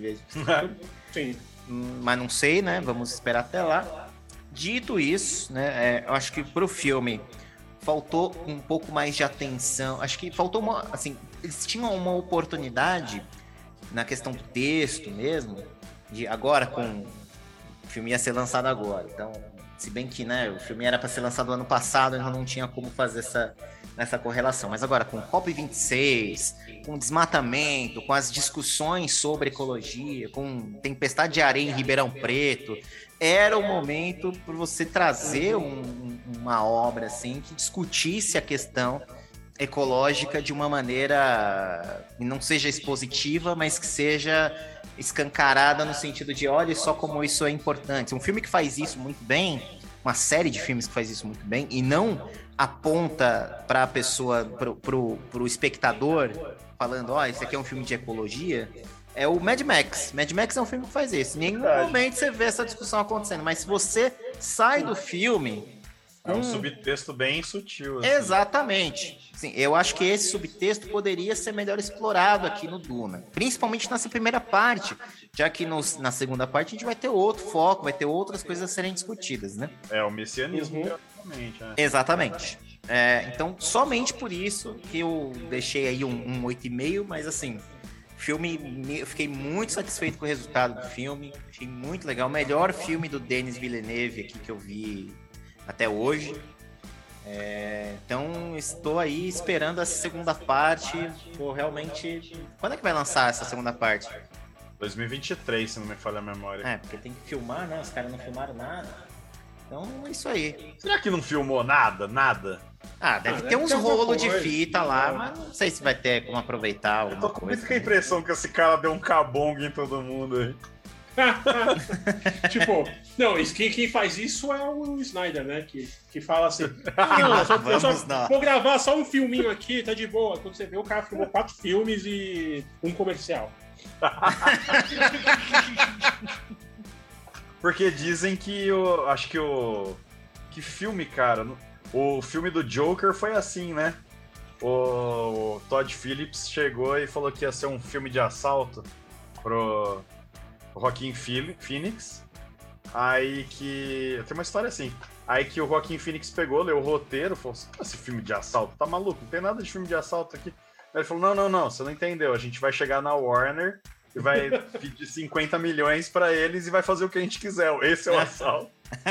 Sim. Mas não sei, né? Vamos esperar até lá. Dito isso, né, eu acho que pro filme faltou um pouco mais de atenção. Acho que faltou eles tinham uma oportunidade na questão do texto mesmo, de agora o filme ia ser lançado agora. Então, se bem que, né, o filme era para ser lançado ano passado, então não tinha como fazer essa correlação. Mas agora, com o COP26, com o desmatamento, com as discussões sobre ecologia, com tempestade de areia em Ribeirão Preto, era o momento para você trazer uma obra assim que discutisse a questão ecológica de uma maneira que não seja expositiva, mas que seja escancarada no sentido de olha só como isso é importante. Um filme que faz isso muito bem, uma série de filmes que faz isso muito bem e não aponta para a pessoa, pro espectador, falando, esse aqui é um filme de ecologia, é o Mad Max. Mad Max é um filme que faz isso. Em nenhum momento você vê essa discussão acontecendo, mas se você sai do filme... É um subtexto bem sutil. Assim. Exatamente. Sim, eu acho que esse subtexto poderia ser melhor explorado aqui no Duna. Principalmente nessa primeira parte, já que na segunda parte a gente vai ter outro foco, vai ter outras coisas a serem discutidas, né? O messianismo, realmente. Exatamente. Então, somente por isso que eu deixei aí um 8,5, mas assim... eu fiquei muito satisfeito com o resultado do filme, achei muito legal, o melhor filme do Denis Villeneuve aqui que eu vi até hoje. Então estou aí esperando essa segunda parte. Realmente, quando é que vai lançar essa segunda parte? 2023, se não me falha a memória. Porque tem que filmar, né? Os caras não filmaram nada. Então é isso aí. Será que não filmou nada? Deve ter uns rolos de fita lá, mas não sei se vai ter como aproveitar alguma coisa. Eu tô com muita impressão que esse cara deu um cabongo em todo mundo aí. Tipo, não, quem faz isso é o Snyder, né? Que fala assim: vou gravar só um filminho aqui, tá de boa. Quando você vê, o cara filmou 4 filmes e um comercial. Porque dizem que que filme, cara. O filme do Joker foi assim, né? O Todd Phillips chegou e falou que ia ser um filme de assalto pro Joaquin Phoenix. Aí que... Tem uma história assim. Aí que o Joaquin Phoenix pegou, leu o roteiro, falou assim, esse filme de assalto, tá maluco? Não tem nada de filme de assalto aqui. Aí ele falou, não, você não entendeu. A gente vai chegar na Warner e vai pedir 50 milhões pra eles e vai fazer o que a gente quiser. Esse é o assalto.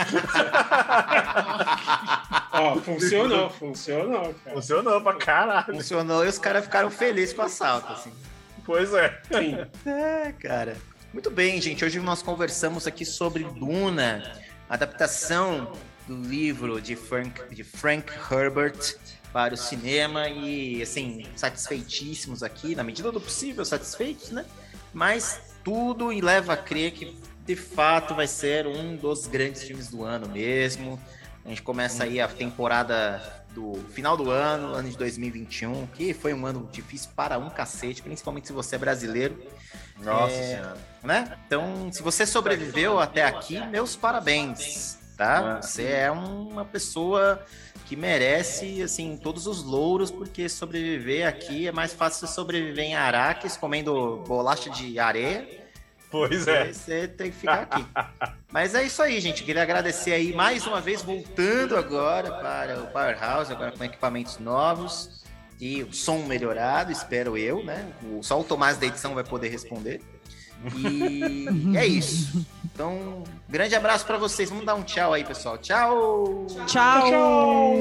Funcionou, cara. Funcionou pra caralho. Funcionou e os caras ficaram felizes com o assalto, assim. Pois é. Sim. Cara. Muito bem, gente. Hoje nós conversamos aqui sobre Duna, adaptação do livro de Frank Herbert para o cinema e, assim, satisfeitíssimos aqui, na medida do possível, satisfeitos, né? Mas tudo leva a crer que, de fato, vai ser um dos grandes filmes do ano mesmo. A gente começa aí a temporada do final do ano de 2021, que foi um ano difícil para um cacete, principalmente se você é brasileiro. Nossa Senhora. Né? Então, se você sobreviveu até aqui, meus parabéns, tá? Você é uma pessoa que merece, assim, todos os louros, porque sobreviver aqui é mais fácil sobreviver em Araques, comendo bolacha de areia. Pois é. Você tem que ficar aqui. Mas é isso aí, gente. Queria agradecer aí mais uma vez, voltando agora para o Powerhouse, agora com equipamentos novos e o som melhorado, espero eu, né? Só o Tomás da edição vai poder responder. E é isso. Então, grande abraço para vocês. Vamos dar um tchau aí, pessoal. Tchau! Tchau!